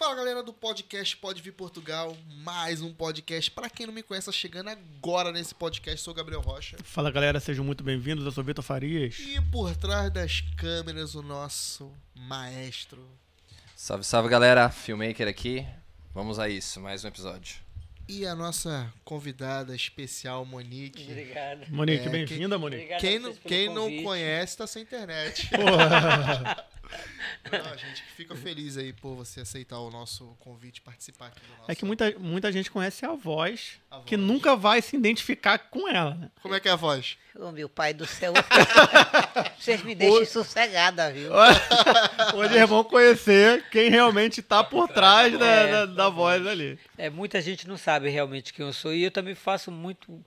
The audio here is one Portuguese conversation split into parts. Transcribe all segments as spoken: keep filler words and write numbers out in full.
Fala galera do podcast Pode Vir Portugal, mais um podcast. Pra quem não me conhece, chegando agora nesse podcast, sou o Gabriel Rocha. Fala galera, sejam muito bem-vindos, eu sou Vitor Farias. E por trás das câmeras, o nosso maestro. Salve, salve galera, Filmmaker aqui. Vamos a isso, mais um episódio. E a nossa convidada especial, Monique. Obrigado. Monique, É, bem-vinda, quem- Monique. Obrigado Quem, a não, vocês pelo quem não convite. conhece tá sem internet. Porra. Não, a gente fica feliz aí por você aceitar o nosso convite e participar aqui do nosso... É que muita, muita gente conhece a voz, A que voz. nunca vai se identificar com ela, né? Como é que é a voz? Ô, meu pai do céu. Vocês me deixem sossegada, viu? Hoje eles vão conhecer quem realmente tá por trás da, É, da, da voz ali. É, muita gente não sabe realmente quem eu sou e eu também faço muito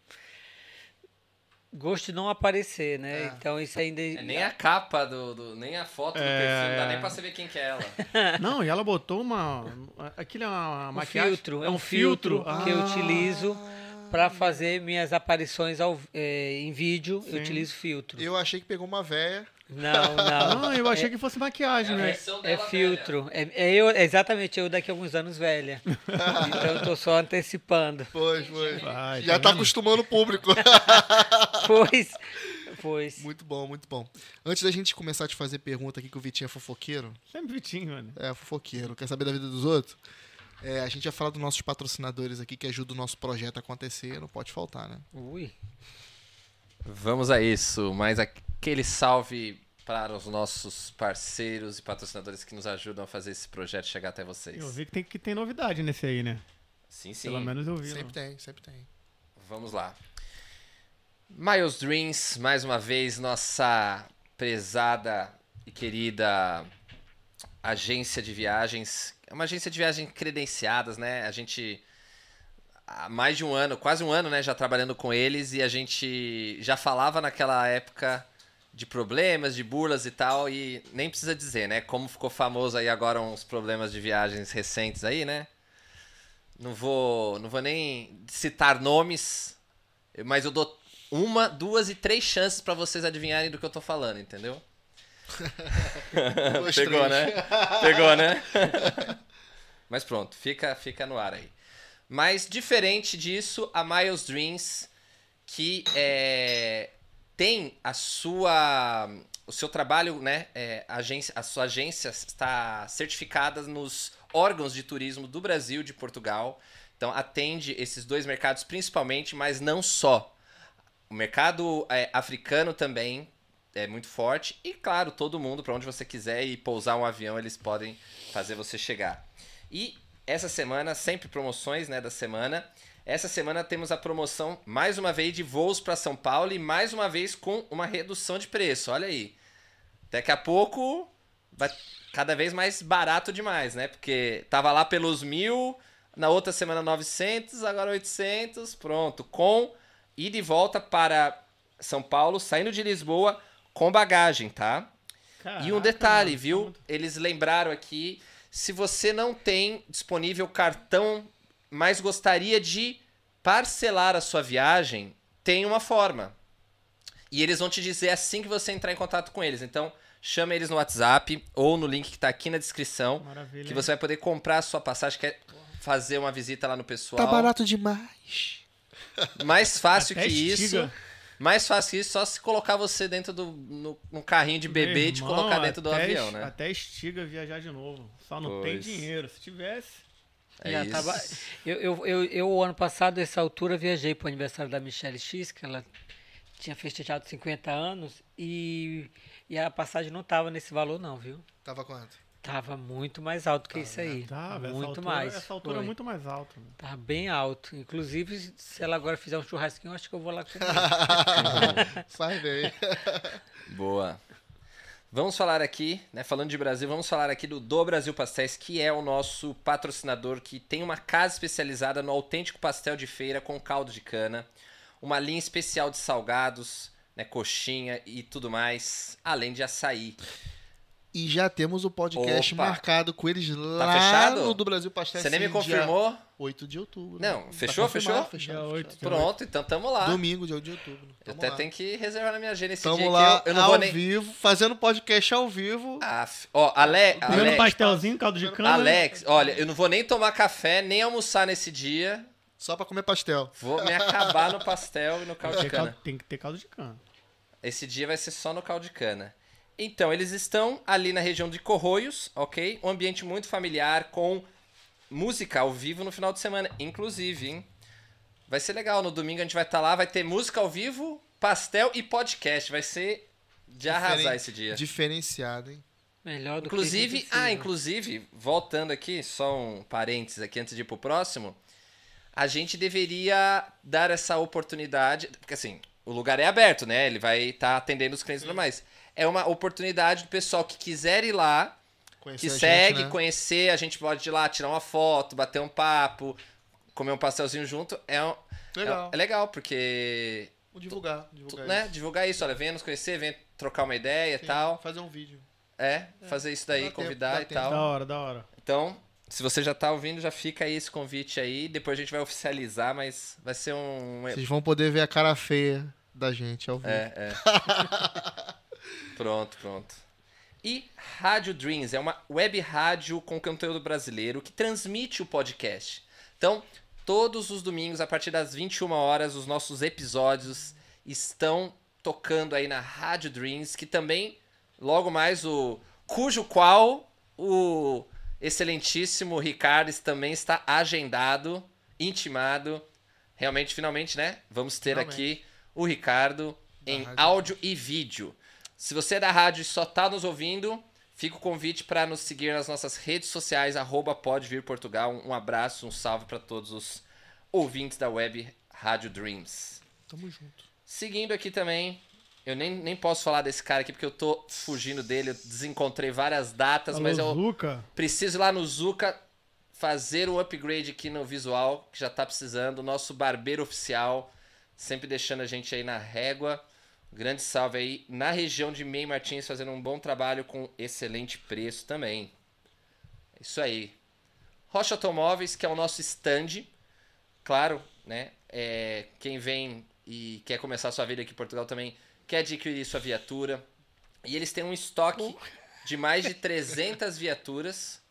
gosto de não aparecer, né? É. Então isso ainda... É, nem a capa, do, do- nem a foto do É. perfil, não dá nem pra saber quem que é ela. Não, e ela botou uma... Aquilo é uma um maquiagem? filtro, é um filtro Ah. que eu utilizo para fazer minhas aparições ao, é, em vídeo. Sim. Eu utilizo filtro. Eu achei que pegou uma véia. Não, não. Não, eu achei que fosse maquiagem, né? É filtro. É, é eu, é exatamente eu daqui a alguns anos velha. Então eu tô só antecipando. Pois, pois. Vai, Já tá tá vendo? acostumando o público. Pois, pois. Muito bom, muito bom. Antes da gente começar a te fazer pergunta aqui, que o Vitinho é fofoqueiro. Sempre Vitinho, mano. É, fofoqueiro. Quer saber da vida dos outros? É, a gente vai falar dos nossos patrocinadores aqui que ajudam o nosso projeto a acontecer. Não pode faltar, né? Ui. Vamos a isso, mais aquele salve para os nossos parceiros e patrocinadores que nos ajudam a fazer esse projeto chegar até vocês. Eu vi que tem, que tem novidade nesse aí, né? Sim, sim. Pelo menos eu vi. Sempre não. tem, sempre tem. Vamos lá. Miles Dreams, mais uma vez, nossa prezada e querida agência de viagens. É uma agência de viagens credenciadas, né? A gente, há mais de um ano, quase um ano, né, já trabalhando com eles, e a gente já falava naquela época de problemas, de burlas e tal, e nem precisa dizer, né? Como ficou famoso aí agora uns problemas de viagens recentes aí, né? Não vou, não vou nem citar nomes, mas eu dou uma, duas e três chances pra vocês adivinharem do que eu tô falando, entendeu? Dois, Pegou, três. né? Pegou, né? Mas pronto, fica, fica no ar aí. Mas diferente disso, a Miles Dreams, que é, tem a sua, o seu trabalho, né? É, agência, a sua agência está certificada nos órgãos de turismo do Brasil e de Portugal. Então atende esses dois mercados principalmente, mas não só. O mercado é, africano também é muito forte. E claro, todo mundo, para onde você quiser ir pousar um avião, eles podem fazer você chegar. E essa semana, sempre promoções, né, da semana. Essa semana temos a promoção, mais uma vez, de voos para São Paulo e mais uma vez com uma redução de preço. Olha aí. Daqui a pouco vai cada vez mais barato demais, né? Porque tava lá pelos mil, na outra semana novecentos, agora oitocentos, pronto. Com ida e volta para São Paulo, saindo de Lisboa, com bagagem, tá? Caraca, E um detalhe, mano, viu? muito- Eles lembraram aqui, se você não tem disponível cartão, mas gostaria de parcelar a sua viagem, tem uma forma. E eles vão te dizer assim que você entrar em contato com eles. Então, chama eles no WhatsApp ou no link que tá aqui na descrição, Maravilha. que você vai poder comprar a sua passagem, quer fazer uma visita lá no pessoal. Tá barato demais. Mais fácil Até que estiga. isso. Mais fácil que isso, só se colocar você dentro do no, num carrinho de bebê Meu e te irmão, colocar dentro do até avião, es- né? Até estiga viajar de novo. Só não tem Pois. dinheiro. Se tivesse... É Já isso. tava- eu, eu, eu, eu, ano passado, essa altura, viajei para o aniversário da Michelle X, que ela tinha festejado cinquenta anos, e, e a passagem não tava nesse valor não, viu? Tava quanto? Tava muito mais alto que isso aí. Tava, essa muito altura, mais. Essa altura é Foi. muito mais alta. Né? Tava bem alto. Inclusive, se ela agora fizer um churrasquinho, eu acho que eu vou lá comer. Faz bem. Boa. Vamos falar aqui, né, falando de Brasil, vamos falar aqui do Do Brasil Pastéis, que é o nosso patrocinador, que tem uma casa especializada no autêntico pastel de feira com caldo de cana, uma linha especial de salgados, né, coxinha e tudo mais, além de açaí. E já temos o podcast Opa. marcado com eles lá fechado? no do Brasil Pastel. Você nem me dia confirmou? oito de outubro. Não, Tá fechou, confirmado, fechou? fechado, Dia fechado. oito, dia Pronto, então tamo lá. Domingo, dia oito de outubro. Eu Tamo até lá. tenho que reservar na minha agenda esse Tamo dia lá que eu, eu não ao vou nem... vivo, fazendo podcast ao vivo. Ah, f- ó, Ale... Comendo Alex, pastelzinho, caldo de cana. Alex, olha, eu não vou nem tomar café, nem almoçar nesse dia. Só pra comer pastel. Vou me acabar no pastel e no caldo Tem, de que ter cana. caldo- tem que ter caldo de cana. Esse dia vai ser só no caldo de cana. Então, eles estão ali na região de Corroios, ok? Um ambiente muito familiar, com música ao vivo no final de semana, inclusive, hein? Vai ser legal, no domingo a gente vai estar lá, vai ter música ao vivo, pastel e podcast. Vai ser de arrasar Diferen- esse dia. Diferenciado, hein? Melhor do Inclusive, que ah, inclusive, voltando aqui, só um parênteses aqui antes de ir pro próximo, a gente deveria dar essa oportunidade, porque assim, o lugar é aberto, né? Ele vai estar atendendo os clientes normais. É uma oportunidade do pessoal que quiser ir lá, Conhecer que a gente, segue, né? conhecer, a gente pode ir lá, tirar uma foto, bater um papo, comer um pastelzinho junto. É, um- Legal. é, é legal, porque, Vou divulgar, tu- divulgar né, isso. divulgar isso, olha, venha nos conhecer, venha trocar uma ideia Sim, e tal. Fazer um vídeo. É, fazer isso daí, Dá tempo, convidar dá e tempo. tal. Da hora, da hora. Então, se você já tá ouvindo, já fica aí esse convite aí. Depois a gente vai oficializar, mas vai ser um... Vocês vão poder ver a cara feia da gente ao vivo. É, é. Pronto, pronto. E Rádio Dreams é uma web rádio com conteúdo brasileiro que transmite o podcast. Então, todos os domingos, a partir das vinte e uma horas, os nossos episódios estão tocando aí na Rádio Dreams, que também, logo mais, o cujo qual o excelentíssimo Ricardo também está agendado, intimado. Realmente, finalmente, né? Vamos ter Finalmente. aqui o Ricardo Da em Rádio áudio e vídeo. Se você é da rádio e só tá nos ouvindo, fica o convite para nos seguir nas nossas redes sociais, arroba Pode Vir Portugal. Um abraço, um salve para todos os ouvintes da web Rádio Dreams. Tamo junto. Seguindo aqui também, eu nem, nem posso falar desse cara aqui porque eu tô fugindo dele, eu desencontrei várias datas, Alô, mas eu Zuca. preciso ir lá no Zuca fazer um upgrade aqui no visual, que já tá precisando. O nosso barbeiro oficial, sempre deixando a gente aí na régua. Grande salve aí na região de Meio Martins, fazendo um bom trabalho com excelente preço também. Isso aí. Rocha Automóveis, que é o nosso stand. Claro, né? É, quem vem e quer começar a sua vida aqui em Portugal também quer adquirir sua viatura. E eles têm um estoque de mais de trezentas viaturas.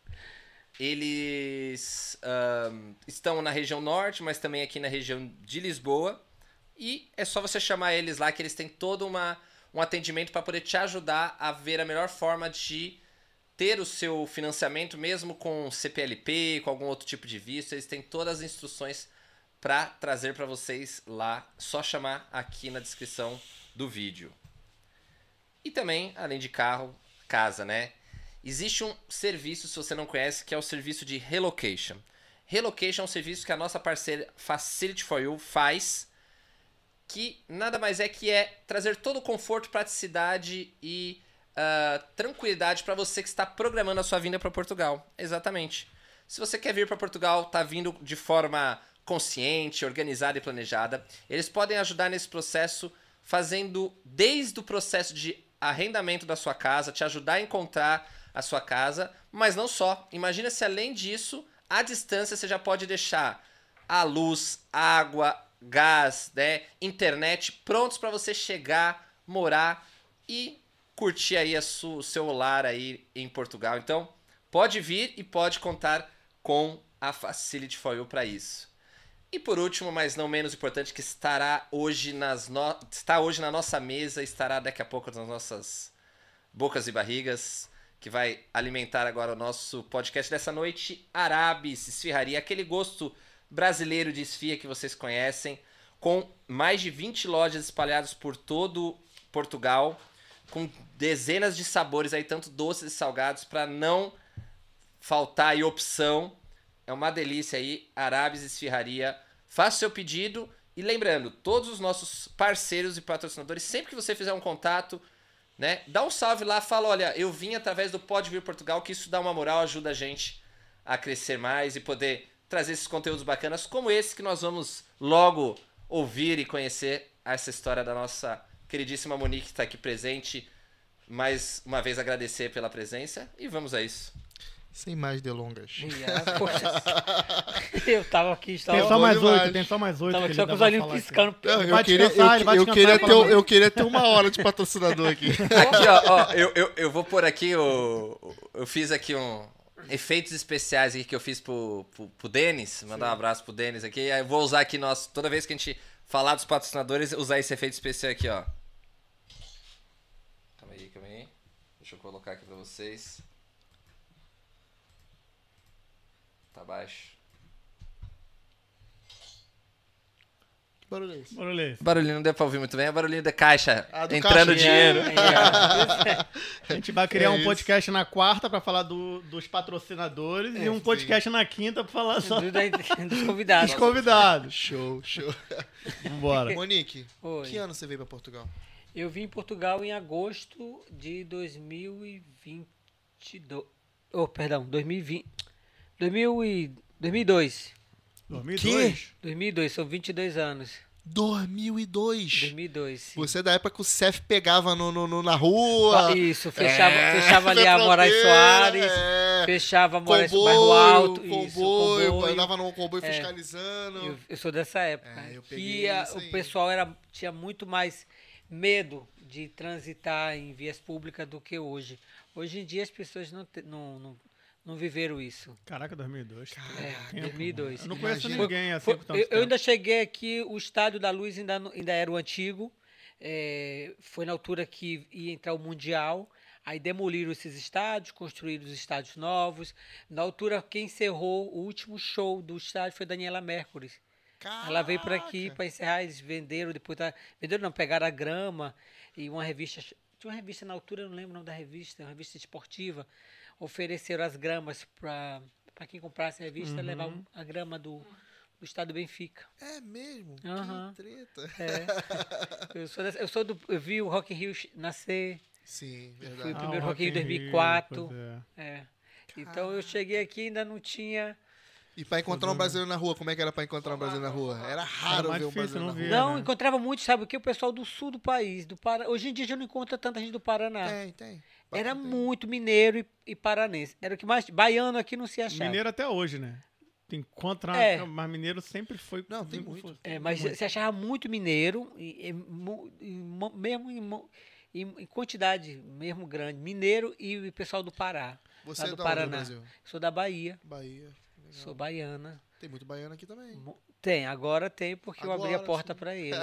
Eles ahn, estão na região norte, mas também aqui na região de Lisboa. E é só você chamar eles lá, que eles têm todo uma, um atendimento para poder te ajudar a ver a melhor forma de ter o seu financiamento, mesmo com C P L P, com algum outro tipo de visto. Eles têm todas as instruções para trazer para vocês lá. Só chamar aqui na descrição do vídeo. E também, além de carro, casa, né? Existe um serviço, se você não conhece, que é o serviço de relocation. Relocation é um serviço que a nossa parceira Facility for You faz, que nada mais é que é trazer todo o conforto, praticidade e uh, tranquilidade para você que está programando a sua vinda para Portugal. Exatamente. Se você quer vir para Portugal, está vindo de forma consciente, organizada e planejada, eles podem ajudar nesse processo, fazendo desde o processo de arrendamento da sua casa, te ajudar a encontrar a sua casa, mas não só. Imagina se além disso, à distância você já pode deixar a luz, água, gás, né, internet prontos para você chegar, morar e curtir aí a su- o seu lar aí em Portugal. Então, pode vir e pode contar com a Facility for You para isso. E por último, mas não menos importante, que estará hoje nas no... está hoje na nossa mesa, estará daqui a pouco nas nossas bocas e barrigas, que vai alimentar agora o nosso podcast dessa noite, Arabes Esfirraria, aquele gosto brasileiro de esfirra que vocês conhecem, com mais de vinte lojas espalhadas por todo Portugal, com dezenas de sabores aí, tanto doces e salgados, para não faltar aí opção. É uma delícia aí, Arabes Esfirraria. Faça o seu pedido e lembrando, todos os nossos parceiros e patrocinadores, sempre que você fizer um contato, né, dá um salve lá, fala, olha, eu vim através do Pode Vir Portugal, que isso dá uma moral, ajuda a gente a crescer mais e poder trazer esses conteúdos bacanas como esse que nós vamos logo ouvir e conhecer essa história da nossa queridíssima Monique, que está aqui presente, mais uma vez agradecer pela presença e vamos a isso. Sem mais delongas. E, ah, poxa, eu tava aqui, estava, Tem só bom mais demais. oito, tem só mais oito. tava que aqui só ele com os dá pra olhinhos falar aqui. piscando. Não, eu, vai queria, descansar, eu, ele vai eu, descansar queria e ter, falar eu queria ter uma hora de patrocinador aqui. Aqui, ó, ó eu, eu, eu vou pôr aqui o. Eu fiz aqui um. Efeitos especiais aqui que eu fiz pro, pro, pro Denis. Mandar um abraço pro Denis aqui. Aí eu vou usar aqui nosso. Toda vez que a gente falar dos patrocinadores, usar esse efeito especial aqui, ó. Calma aí, calma aí. Deixa eu colocar aqui pra vocês. Tá baixo. Que barulho é esse? Bora ler. O barulhinho não deu pra ouvir muito bem, é o barulhinho da caixa Ah, do entrando caixa. dinheiro. É, é. A gente vai criar É um isso. podcast na quarta pra falar do- dos patrocinadores e um podcast na quinta pra falar só Do- da- dos convidados. dos convidados. Show, show. Vambora. Monique, Oi. que ano você veio pra Portugal? Eu vim em Portugal em agosto de dois mil e vinte e dois. Oh, perdão, dois mil e vinte. dois mil e dois mil e dois. dois mil e dois? dois mil e dois, são vinte e dois anos. dois mil e dois. dois mil e dois, sim. Você é da época que o Cef pegava no, no- no- na rua. Ah, Isso, fechava, É, fechava ali a Moraes Fronteira, Soares, é. fechava a Moraes Comboio, Bairro Alto, comboio, isso, comboio. andava no comboio É. fiscalizando. Eu, eu sou dessa época. É, eu que peguei a- isso aí. o pessoal era, tinha muito mais medo de transitar em vias públicas do que hoje. Hoje em dia as pessoas não, te- não, não, não viveram isso. Caraca, dois mil e dois. É, Tempo, dois mil e dois. Eu não conheço Imagina. ninguém assim Foi- por tanto eu, eu tempo. ainda cheguei aqui, o Estádio da Luz ainda, não- ainda era o antigo. É, foi na altura que ia entrar o Mundial. Aí demoliram esses estádios, construíram os estádios novos. Na altura, quem encerrou o último show do estádio foi Daniela Mercury. Ela veio por aqui Caraca. para encerrar, eles venderam, depois tá, venderam não, pegaram a grama e uma revista, tinha uma revista na altura, eu não lembro o nome da revista, uma revista esportiva, ofereceram as gramas para quem comprasse a revista, levar um- a grama do, do estado do Benfica. É mesmo? Aham. Que treta. É. Eu sou, dessa- eu sou do, eu vi o Rock in Rio nascer, Sim, Fui verdade. o primeiro o Rock in Rio Rock in dois mil e quatro. pois é. é. Então eu cheguei aqui e ainda não tinha. E pra encontrar um brasileiro na rua, como é que era pra encontrar um brasileiro na rua? Era raro mais ver um difícil, brasileiro na não rua. via. Não, né? encontrava muito, sabe o que? O pessoal do sul do país, do Pará. Hoje em dia já não encontra tanta gente do Paraná. Tem, tem. Era Tem. muito mineiro e, e paranense. Era o que mais. Baiano aqui não se achava. Mineiro até hoje, né? Tem contra, É. mas mineiro sempre foi. Não, tem muito. É, mas muito. se achava muito mineiro, e, e mu- e mo- mesmo em, mo- em- em quantidade mesmo grande. Mineiro e o pessoal do Pará. Você lá é do da onde no Paraná. Brasil? Sou da Bahia. Bahia. Legal. Sou baiana. Tem muito baiano aqui também. Mo- Tem, agora tem, porque eu abri a Agora, porta sim. para eles.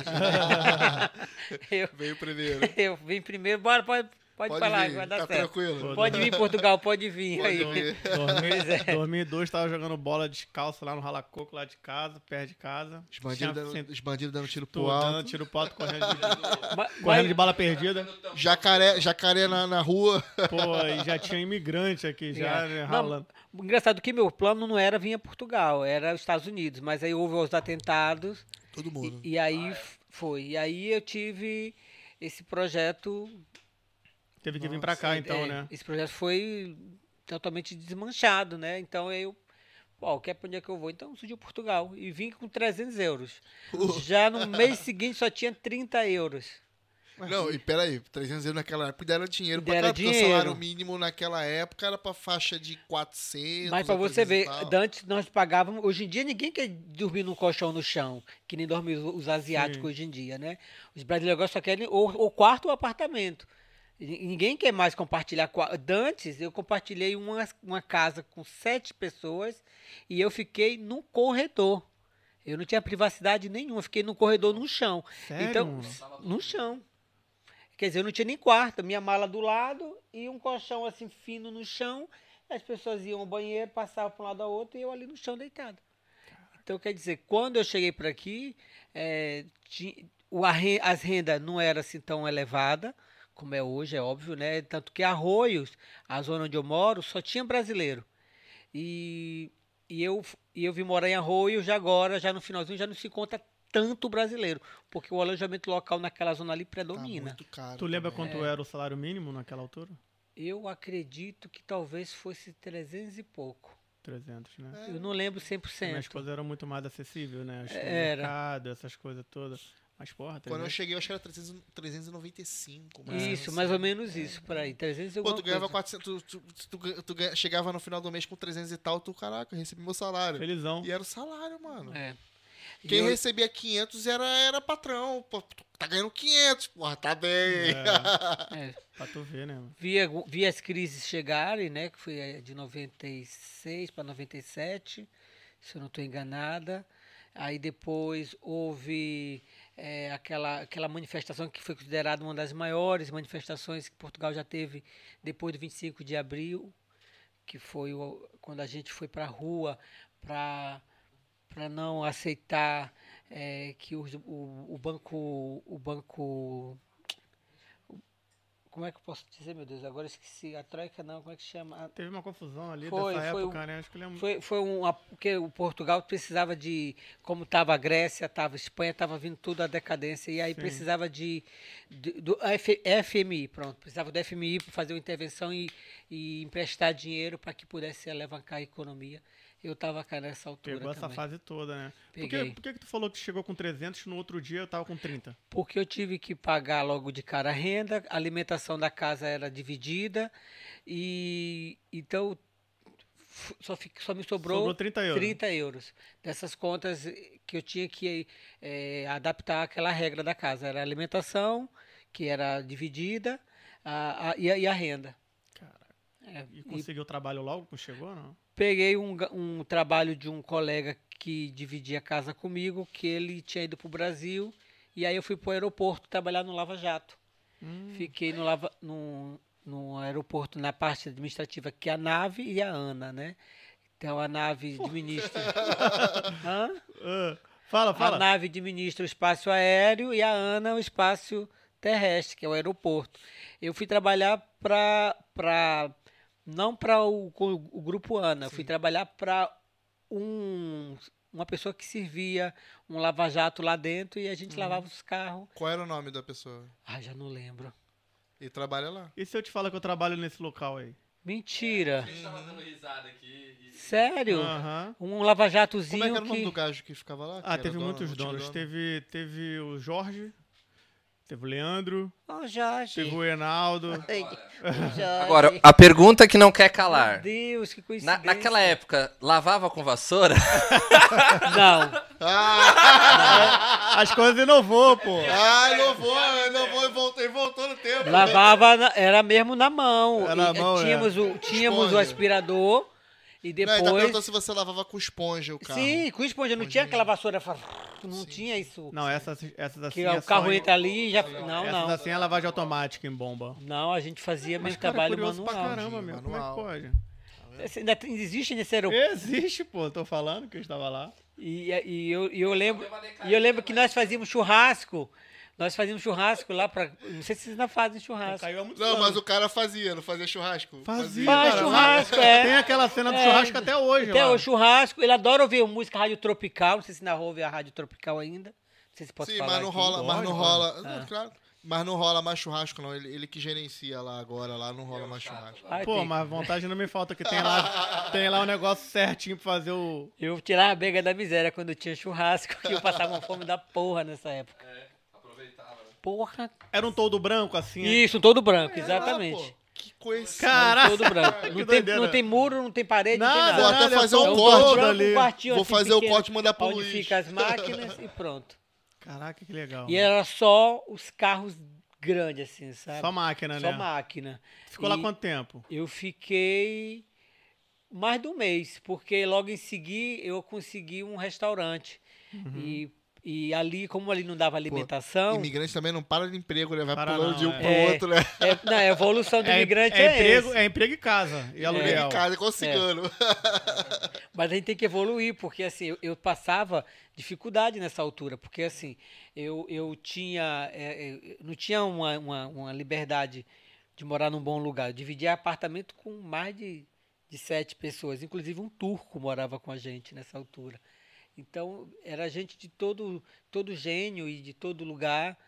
eu, Veio primeiro. eu vim primeiro, bora, pode, pode, Pode falar, vir, que vai dar tá certo. tranquilo. Pode vir, Portugal, pode vir Pode aí. vir. Pois é. dois mil e dois tava jogando bola descalço lá no Ralacoco, lá de casa, perto de casa. Os bandidos Tinha dando, cento- os bandidos dando tiro pro tudo, dando alto. tiro pro alto, correndo de, Ma- correndo mas- de bala perdida. Jacaré, jacaré na, na rua. Pô, e já tinha imigrante aqui, já, É. né, Não, ralando. engraçado que meu plano não era vir a Portugal, era os Estados Unidos, mas aí houve os atentados Todo mundo. e, e aí f- foi. E aí eu tive esse projeto. Teve que vir pra cá, então, é, né? Esse projeto foi totalmente desmanchado, né? Então eu, pô, quer pra onde é que eu vou? Então surgiu Portugal e vim com trezentos euros. Já no mês seguinte só tinha trinta euros. Não, e peraí, trezentos euros naquela época deram dinheiro pra Deram cá, porque o dinheiro. salário mínimo naquela época era pra faixa de quatrocentos. Mas pra a você ver, trezentos e tal. antes nós pagávamos. Hoje em dia ninguém quer dormir num colchão no chão, que nem dormem os, os asiáticos Sim. hoje em dia, né? Os brasileiros agora só querem ou, ou quarto ou apartamento. E ninguém quer mais compartilhar. qua- Antes eu compartilhei uma, uma casa com sete pessoas e eu fiquei no corredor. Eu não tinha privacidade nenhuma, eu fiquei no corredor no chão. Sério? Então, no chão. Quer dizer, eu não tinha nem quarto, minha mala do lado e um colchão assim fino no chão. As pessoas iam ao banheiro, passavam para um lado ao outro e eu ali no chão deitado. Então, quer dizer, quando eu cheguei por aqui, é, ti- o arren- as rendas não eram assim tão elevadas, como é hoje, é óbvio, né? Tanto que Arroios, a zona onde eu moro, só tinha brasileiro. E, e, eu, e eu vim morar em Arroios, já agora, já no finalzinho, já não se conta tanto brasileiro, porque o alojamento local naquela zona ali Tá predomina. muito caro. Tu lembra também. quanto era o salário mínimo naquela altura? Eu acredito que talvez fosse trezentos e pouco. trezentos, né? É. Eu não lembro cem por Minhas cento. coisas eram muito mais acessíveis, né? Acho que Era. mercado, essas coisas todas. Mas, porra, Quando eu trezentos. cheguei, eu acho que era trezentos, trezentos e noventa e cinco. Isso, mais ou menos isso, por aí. trezentos e Pô, alguma tu ganhava coisa. quatrocentos, tu, tu, tu, tu, tu ganha- chegava no final do mês com trezentos e tal, tu, caraca, eu recebi meu salário. Felizão. E era o salário, mano. É. E Quem eu- recebia quinhentos era, era patrão. Pô, tu tá ganhando quinhentos, porra, tá bem. É, é, pra tu ver, né, mano? vi, algu- vi as crises chegarem, né? Que foi eh, de noventa e seis para noventa e sete, se eu não estou enganada. Aí depois houve eh, aquela, aquela manifestação que foi considerada uma das maiores manifestações que Portugal já teve depois do vinte e cinco de abril, que foi o- quando a gente foi para a rua para para não aceitar eh, que os- o, o banco o banco como é que eu posso dizer, meu Deus, agora eu esqueci, a Troika não, como é que chama? A- Teve uma confusão ali Foi, dessa foi época, o- né? Acho que eu lembro. Foi, foi um, a- porque o Portugal precisava de, como estava a Grécia, estava a Espanha, estava vindo tudo a decadência, e aí Sim. precisava de, de- do F- F M I, pronto, precisava do F M I para fazer uma intervenção e, e emprestar dinheiro para que pudesse alavancar a economia. Eu estava cá nessa altura Pegou essa também. fase toda, né? Por que, Peguei. por que que tu falou que chegou com trezentos, no outro dia eu tava com trinta? Porque eu tive que pagar logo de cara a renda, a alimentação da casa era dividida, e então f- só, fi- só me sobrou, Sobrou trinta euros. trinta euros. Dessas contas eh, que eu tinha que eh, adaptar àquela regra da casa. Era a alimentação, que era dividida, a, a- e, a, e a renda. Caraca. É, E e conseguiu trabalho logo quando chegou, não? peguei um, ga- um trabalho de um colega que dividia a casa comigo, que ele tinha ido para o Brasil, e aí eu fui para o aeroporto trabalhar no Lava Jato. Hum, Fiquei no, lava, no, no aeroporto, na parte administrativa, que é a nave e a ANA, né? Então a nave administra. Hã? ah, fala, A fala. nave administra o espaço aéreo e a ANA o espaço terrestre, que é o aeroporto. Eu fui trabalhar para. Não para o, com o grupo ANA, eu fui trabalhar para um, uma pessoa que servia um lava-jato lá dentro e a gente lavava os carros. Qual era o nome da pessoa? Ah, já não lembro. E trabalha lá. E se eu te falar que eu trabalho nesse local aí? Mentira. A gente tava dando risada aqui. e- Sério? Aham. Um Como lava-jatozinho é que era o nome que... do gajo que ficava lá? que Ah, era teve dono, muitos antigo donos. dono? Teve, teve o Jorge, teve o Leandro, Oh, Jorge. teve o Enaldo. Jorge. Agora, a pergunta que não quer Meu calar. Deus, que Na, coincidência. naquela época, lavava com vassoura? Não. Ah, As coisas inovou, pô. ah, inovou, inovou e voltou, e voltou no tempo. Lavava, na- era mesmo na mão. Era na E, eh, mão, tínhamos o, tínhamos o Esponja. aspirador e Não, ele tá depois... perguntando se você lavava com esponja o carro. Sim, com esponja. Não tinha Esponjinha. aquela vassoura... fa- Não Sim, tinha isso. Não, essas, essas assim Que é o carro só em- entra ali e já... Não, Essas não. assim é lavagem automática em bomba. Não, a gente fazia Mas, mesmo cara, é trabalho curioso pra manual. caramba, meu. Como é que Manual. pode? Esse- Ainda tem- existe nesse aeroporto. Existe, pô. Tô falando que eu estava lá. E, e eu, e eu lembro, e eu lembro que nós fazíamos churrasco. Nós fazíamos churrasco lá para. Não sei se vocês ainda fazem churrasco. Caiu há muito Não, mas o cara fazia, não fazia churrasco? Fazia, Faz cara, churrasco, lá- é. Tem aquela cena do É. churrasco até hoje, Até lá. o churrasco, ele adora ouvir música rádio tropical. Não sei se na rua ouve a rádio tropical ainda. Não sei se posso Sim, falar mas não aqui. rola, mas Pode, não pode. rola. Não, Ah. claro. Mas não rola mais churrasco, não. Ele, ele que gerencia lá agora, lá não rola mais churrasco. Ai, Pô, tem- mas vontade não me falta, que tem lá, tem lá um negócio certinho pra fazer o... Eu tirava a bega da miséria quando tinha churrasco, que eu passava uma fome da porra nessa época. É, aproveitava. Porra. Era um todo branco, assim. é? Isso, todo branco, Ah, exatamente. pô, que coisa. Caraca, Todo branco. que Não tem, doideira. não tem muro, não tem parede, não Nada, tem Vou nada. até nada, fazer é um só corte. todo branco, ali. um quartinho Vou assim fazer o pequeno, corte e mandar pro onde Luiz. fica as máquinas e pronto. Caraca, que legal. E era só os carros grandes, assim, sabe? Só máquina, Só né? máquina. Ficou lá E quanto tempo? Eu fiquei mais de um mês, porque logo em seguida eu consegui um restaurante. Uhum. E, e ali, como ali não dava alimentação... Imigrante também não para de emprego, né? Vai Para pulando não, de um é. pro É. outro, né? É, não, a evolução do É, imigrante é é, emprego, esse. é emprego e casa. E aluguel. Em casa, com cigano. Mas a gente tem que evoluir, porque assim, eu, eu passava dificuldade nessa altura, porque assim, eu, eu tinha, é, é, não tinha uma, uma, uma liberdade de morar num bom lugar. Eu dividia apartamento com mais de, de sete pessoas, inclusive um turco morava com a gente nessa altura. Então, era gente de todo, todo gênio e de todo lugar,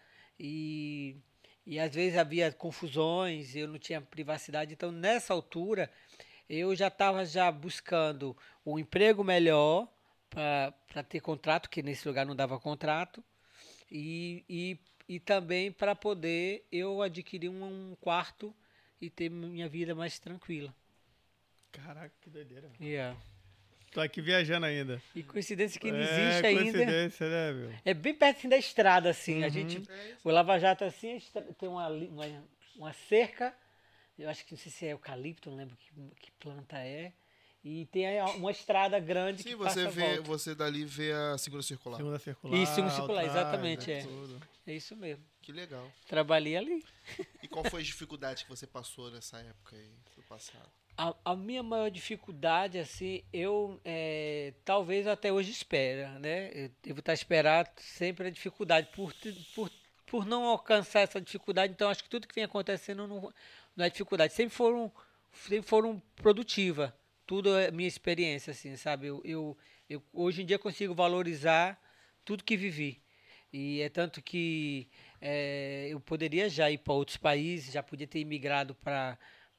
e, e às vezes havia confusões, eu não tinha privacidade. Então, nessa altura, eu já estava já buscando um emprego melhor para ter contrato, que nesse lugar não dava contrato, E, e, e também para poder eu adquirir um, um quarto e ter minha vida mais tranquila. Caraca, que doideira. Yeah. Tô aqui viajando ainda. E coincidência que não é, existe ainda. coincidência, né, meu? É bem perto assim, da estrada, assim. A Uhum. gente, o Lava Jato, assim, a estra- tem uma, li- uma, uma cerca. Eu acho que não sei se é eucalipto, não lembro que, que planta é. E tem aí uma estrada grande Sim, que você passa a vê, volta. você dali vê a segunda circular. Segunda circular. Isso, segunda circular, atrás, exatamente, né, é. tudo. É isso mesmo. Que legal. Trabalhei ali. E qual foi a dificuldade que você passou nessa época aí, do passado? A, a minha maior dificuldade, assim, eu é, talvez até hoje espera, né? Eu devo estar esperando sempre a dificuldade. Por, te- por, por não alcançar essa dificuldade, então acho que tudo que vem acontecendo não, não é dificuldade. Sempre foram, sempre foram produtiva. Tudo é minha experiência, assim, sabe? Eu, eu, eu hoje em dia consigo valorizar tudo que vivi. E é tanto que é, eu poderia já ir para outros países, já podia ter imigrado para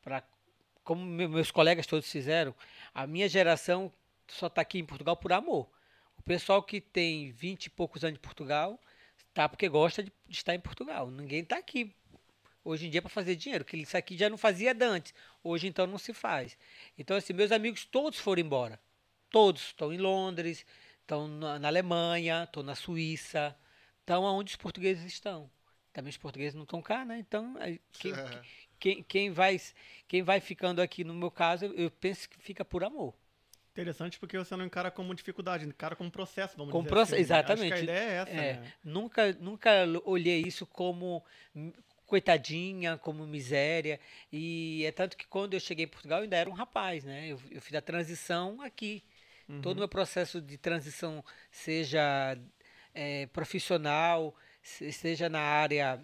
como me- meus colegas todos fizeram. A minha geração só está aqui em Portugal por amor. O pessoal que tem vinte e poucos anos de Portugal tá porque gosta de, de estar em Portugal. Ninguém está aqui hoje em dia para fazer dinheiro, que isso aqui já não fazia antes. Hoje então não se faz. Então assim, meus amigos todos foram embora. Todos estão em Londres, estão na, na Alemanha, estão na Suíça, estão onde os portugueses estão. Também os portugueses não estão cá, né? Então, aí, quem, quem, quem, vai, quem vai ficando aqui, no meu caso, eu, eu penso que fica por amor. Interessante porque você não encara como dificuldade, encara como processo, vamos Como dizer proce- assim. exatamente. Acho que a ideia é essa, É, né? nunca, nunca olhei isso como hum, coitadinha, como miséria. E é tanto que quando eu cheguei em Portugal, eu ainda era um rapaz, né? Eu, eu fiz a transição aqui. Todo o meu processo de transição, seja é, profissional, se- seja na área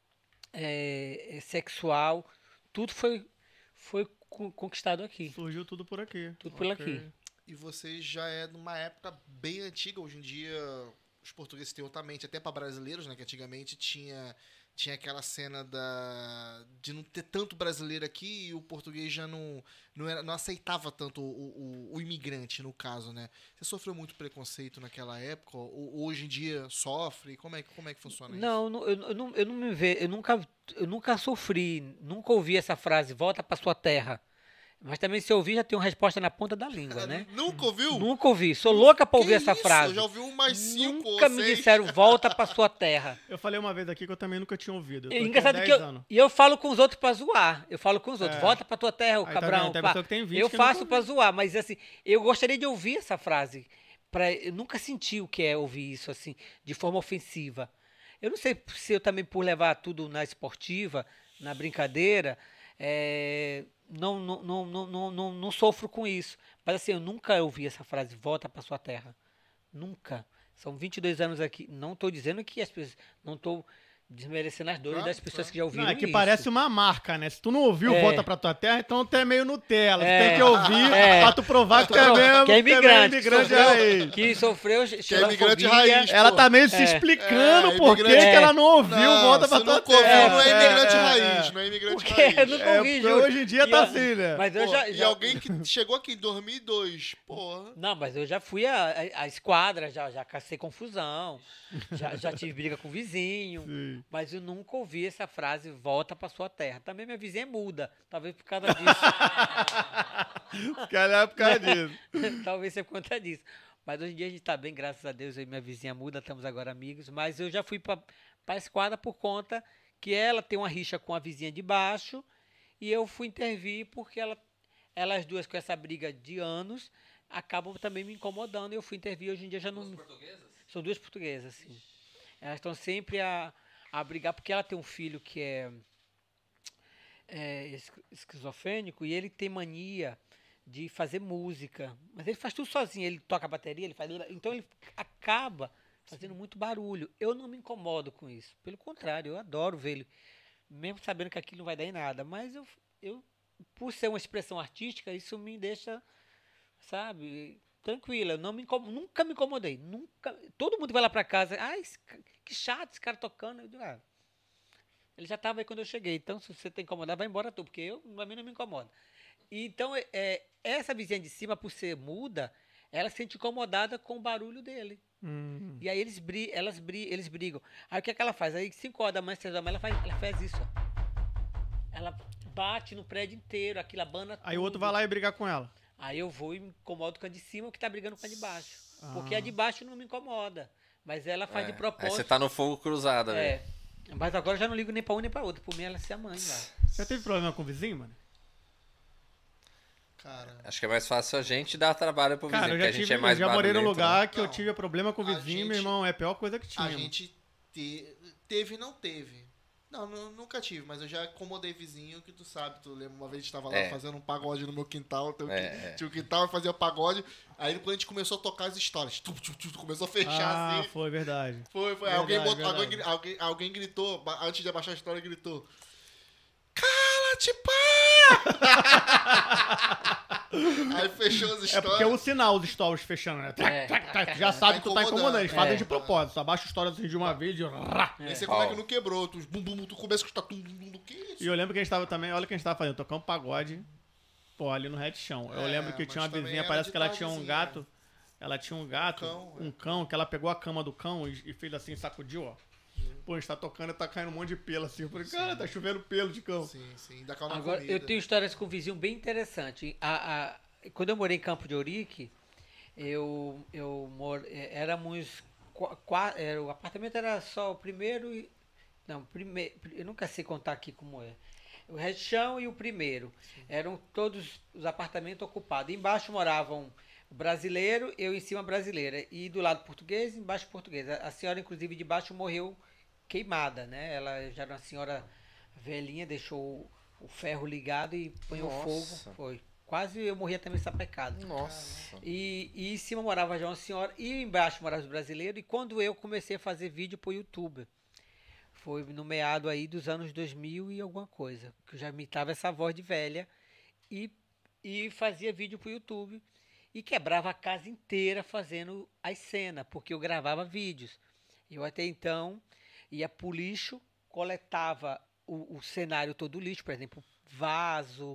é, sexual, tudo foi, foi con- conquistado aqui. Surgiu tudo por aqui. Tudo por Ok. aqui. E você já é numa época bem antiga. Hoje em dia, os portugueses têm outra mente, até para brasileiros, né? Que antigamente tinha, tinha aquela cena da, de não ter tanto brasileiro aqui e o português já não, não, era, não aceitava tanto o, o, o imigrante, no caso, né? Você sofreu muito preconceito naquela época? Ou hoje em dia sofre? Como é, que- como é que funciona isso? Não, não, eu, eu não, eu não me vejo, eu nunca, eu nunca sofri, nunca ouvi essa frase, volta para sua terra. Mas também se eu ouvir, já tenho resposta na ponta da língua, né? Nunca ouviu? Nunca ouvi, sou louca para Que ouvir essa isso? frase. Eu já ouvi umas cinco Nunca ou me seis. disseram, volta para sua terra. Eu falei uma vez aqui que eu também nunca tinha ouvido. Eu tô É aqui há engraçado que dez eu, anos. e eu falo com os outros pra zoar. Eu falo com os outros, É. volta pra tua terra, o Aí tá cabrão. vendo? Tem pá. pessoa que tem vinte eu que faço nunca pra ouviu. zoar, mas assim, eu gostaria de ouvir essa frase. Pra, eu nunca senti o que é ouvir isso assim, de forma ofensiva. Eu não sei se eu também, por levar tudo na esportiva, na brincadeira, é, não, não, não, não, não, não, não sofro com isso. Mas assim, eu nunca ouvi essa frase, volta pra sua terra. Nunca. São vinte e dois anos aqui. Não estou dizendo que as pessoas. Não estou desmerecendo as dores Claro, das pessoas claro. que já ouviram Não, é que isso. parece uma marca, né? Se tu não ouviu É. Volta Pra Tua Terra, então tu é meio Nutella. É. Tu tem que ouvir É. pra tu provar que tu é Pronto, mesmo. que é imigrante, imigrante que sofreu, raiz. que sofreu Que é imigrante xenofobia. raiz. Ela pô. tá meio se É. explicando É, por que imigrante- que ela não ouviu Não, Volta Pra se Tua nunca ouviu, Terra. não é imigrante É, é, raiz, é. não é imigrante Porque raiz. eu nunca É, ouvi, porque juro. hoje em dia E tá eu- assim, né? Mas eu Pô, já, E já- alguém que chegou aqui em dois mil e dois, porra. Não, mas eu já fui a, a, a esquadra, já, já cacei confusão, já, já tive briga com o vizinho, Sim. mas eu nunca ouvi essa frase, volta pra sua terra. Também minha vizinha é muda, talvez por causa disso. Se calhar é por causa disso. Talvez seja por conta disso. Mas hoje em dia a gente tá bem, graças a Deus, eu e minha vizinha muda, estamos agora amigos, mas eu já fui pra, pra esquadra por conta que ela tem uma rixa com a vizinha de baixo e eu fui intervir porque ela, elas duas com essa briga de anos acabam também me incomodando e eu fui intervir. Hoje em dia já não... portuguesas? São duas portuguesas, sim. Elas estão sempre a, a brigar, porque ela tem um filho que é, é es- esquizofrênico e ele tem mania de fazer música. Mas ele faz tudo sozinho, ele toca a bateria, ele faz. Então ele acaba fazendo muito barulho. Eu não me incomodo com isso. Pelo contrário, eu adoro ver ele, mesmo sabendo que aquilo não vai dar em nada. Mas eu, eu por ser uma expressão artística, isso me deixa, sabe, tranquila. Eu não me incomo- nunca me incomodei. Nunca. Todo mundo vai lá pra casa. Ai, esse ca- que chato esse cara tocando. Eu digo, ah, ele já estava aí quando eu cheguei. Então, se você tá incomodado, vai embora tu, porque eu, a mim não me incomoda. E, então, é, é, essa vizinha de cima, por ser muda, ela se sente incomodada com o barulho dele. Hum. E aí eles, bri elas bri eles brigam. Aí o que, é que ela faz? Aí cinco horas da manhã, seis da manhã, ela faz, ela faz isso, ó. Ela bate no prédio inteiro, aquilo abana tudo. Aí o outro vai lá e brigar com ela. Aí eu vou e me incomodo com a de cima, que tá brigando com a de baixo. Ah. Porque a de baixo não me incomoda. Mas ela faz É. de propósito. Aí você tá no fogo cruzado, velho. É. Mas agora eu já não ligo nem pra um nem pra outro. Por mim ela é a mãe lá. Já teve problema com o vizinho, mano? Cara, Acho que é mais fácil a gente dar trabalho pro vizinho, Cara, eu porque já, a gente tive, é mais eu já morei num barulhento, né? lugar que eu Não, tive problema com o a vizinho, gente- meu irmão. É a pior coisa que tinha. a mano. gente te- teve e não teve. Não, nu- nunca tive, mas eu já incomodei vizinho, que tu sabe, tu lembra, uma vez a gente tava lá É. fazendo um pagode no meu quintal, teu É, qui- é. tinha um quintal, eu fazia pagode, aí quando a gente começou a tocar as histórias, tu, tu, tu, tu, começou a fechar Ah, assim, foi verdade. foi, foi, verdade, alguém, botou, verdade. alguém, gri- alguém, alguém gritou, ba- antes de abaixar a história, gritou, cala-te, pá! Aí fechou as É histórias. porque é o sinal dos stories fechando, né? Trac, É. trac, trac, tu já sabe que tu tá incomodando. incomodando. Eles fazem É. de propósito. Só baixa o story assim de uma vez e... rá. Nem sei como é que Ó. não quebrou, tu, bum, bum, bum, tu começa a escutar tum, tum, tum, do que isso? E eu lembro que a gente tava também... Olha o que a gente tava fazendo. Tocando pagode, pô, ali no Red Chão. Eu É, lembro que mas tinha uma também vizinha, era parece de que ela tinha um tardezinha. gato. Ela tinha um gato, cão, é. um cão, que ela pegou a cama do cão e, e fez assim, sacudiu, ó. Pô, a gente tá tocando e tá caindo um monte de pelo assim. Eu falei, cara, tá chovendo pelo de cão. Sim, sim, ainda calma Agora, comida. eu tenho histórias com um vizinho bem interessante. A, a, quando eu morei em Campo de Ourique, eu, eu mor, eh, éramos. Qua, qua- era, o apartamento era só o primeiro e. Não, primeiro. Eu nunca sei contar aqui como é. O rechão e o primeiro. Eram todos os apartamentos ocupados. Embaixo moravam o brasileiro, eu em cima brasileira. E do lado português, embaixo português. A, a senhora, inclusive, de baixo morreu queimada, né? Ela já era uma senhora velhinha, deixou o, o ferro ligado e põe o Nossa. fogo. Foi. Quase eu morria também sapecado. Nossa. E, e em cima morava já uma senhora e embaixo morava os brasileiros. E quando eu comecei a fazer vídeo pro YouTube, foi no meado aí dos anos dois mil e alguma coisa, que eu já imitava essa voz de velha e, e fazia vídeo pro YouTube e quebrava a casa inteira fazendo as cenas, porque eu gravava vídeos. Eu até então ia pro lixo, coletava o, o cenário todo o lixo, por exemplo, vaso,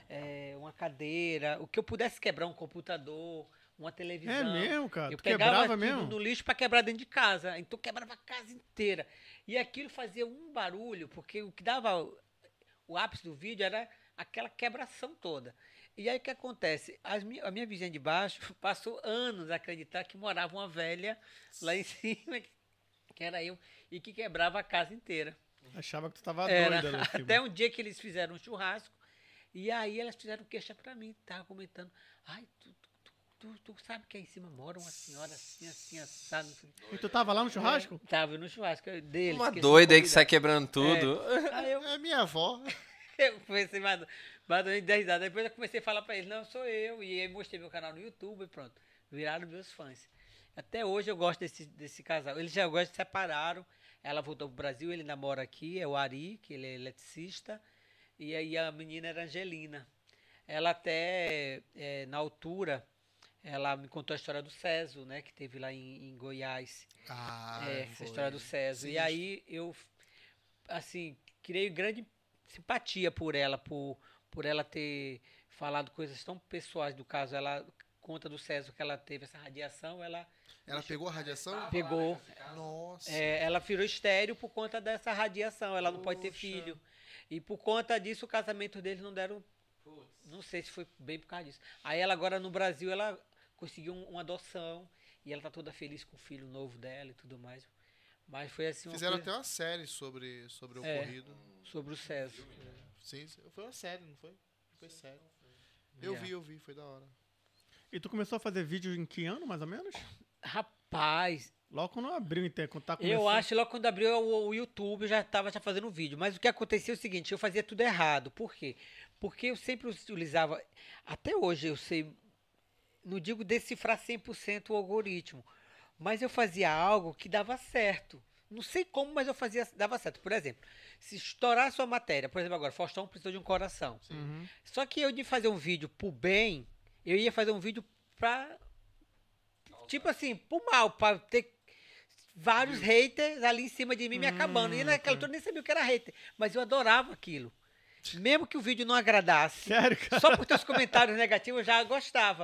é, uma cadeira, o que eu pudesse quebrar, um computador, uma televisão. É mesmo, cara? Eu Tu pegava quebrava tudo mesmo? no lixo para quebrar dentro de casa. Então quebrava a casa inteira. E aquilo fazia um barulho, porque o que dava o, o ápice do vídeo era aquela quebração toda. E aí o que acontece? As mi a minha vizinha de baixo passou anos a acreditar que morava uma velha lá em cima, que, que era eu, e que quebrava a casa inteira. Achava que tu tava Era, doida. Né, até um dia que eles fizeram um churrasco, e aí elas fizeram queixa pra mim, tava comentando, ai, tu, tu, tu, tu sabe que aí em cima mora uma senhora assim, assim, assada. E tu tava lá no churrasco? É, tava no churrasco deles. Uma que eles doida aí que convidaram. sai quebrando tudo. Aí eu, É minha avó. eu comecei a dar dez risadas. Depois eu comecei a falar pra eles, não, sou eu. E aí mostrei meu canal no YouTube e pronto. Viraram meus fãs. Até hoje eu gosto desse, desse casal. Eles já gostam, separaram. Ela voltou pro Brasil, ele namora aqui, é o Ari, que ele é eletricista. E aí a menina era Angelina. Ela até, é, na altura, ela me contou a história do Césio, né? Que teve lá em, em Goiás. Ah, É, essa foi. história do Césio. E Sinistro. aí eu, assim, criei grande simpatia por ela, por, por ela ter falado coisas tão pessoais do caso. Ela conta do Césio que ela teve essa radiação, ela Ela pegou a radiação? pegou, Nossa. é, ela virou estéril por conta dessa radiação, ela não pode ter Poxa. filho. E por conta disso o casamento deles não deram, não sei se foi bem por causa disso. Aí ela agora no Brasil, ela conseguiu um- uma adoção e ela tá toda feliz com o filho novo dela e tudo mais. Mas foi assim uma Fizeram coisa até uma série sobre, sobre o É. ocorrido. sobre o Césio. Sim, foi uma série, não foi? Foi série. Eu É. vi, eu vi, foi da hora. E tu começou a fazer vídeo em que ano, mais ou menos? Rapaz, Logo quando abriu, então, quando tá começando. eu acho que logo quando abriu o, o YouTube eu já estava já fazendo vídeo. Mas o que acontecia é o seguinte, eu fazia tudo errado. Por quê? Porque eu sempre utilizava, até hoje eu sei, não digo decifrar cem por cento o algoritmo, mas eu fazia algo que dava certo. Não sei como, mas eu fazia, dava certo. Por exemplo, se estourar a sua matéria, por exemplo agora, Faustão precisou de um coração. Uhum. Só que eu de fazer um vídeo pro bem, eu ia fazer um vídeo pra, tipo assim, pro mal, pra ter vários haters ali em cima de mim me acabando. E naquela altura eu nem sabia o que era hater, mas eu adorava aquilo. Mesmo que o vídeo não agradasse, Sério, cara? só por ter os comentários negativos eu já gostava.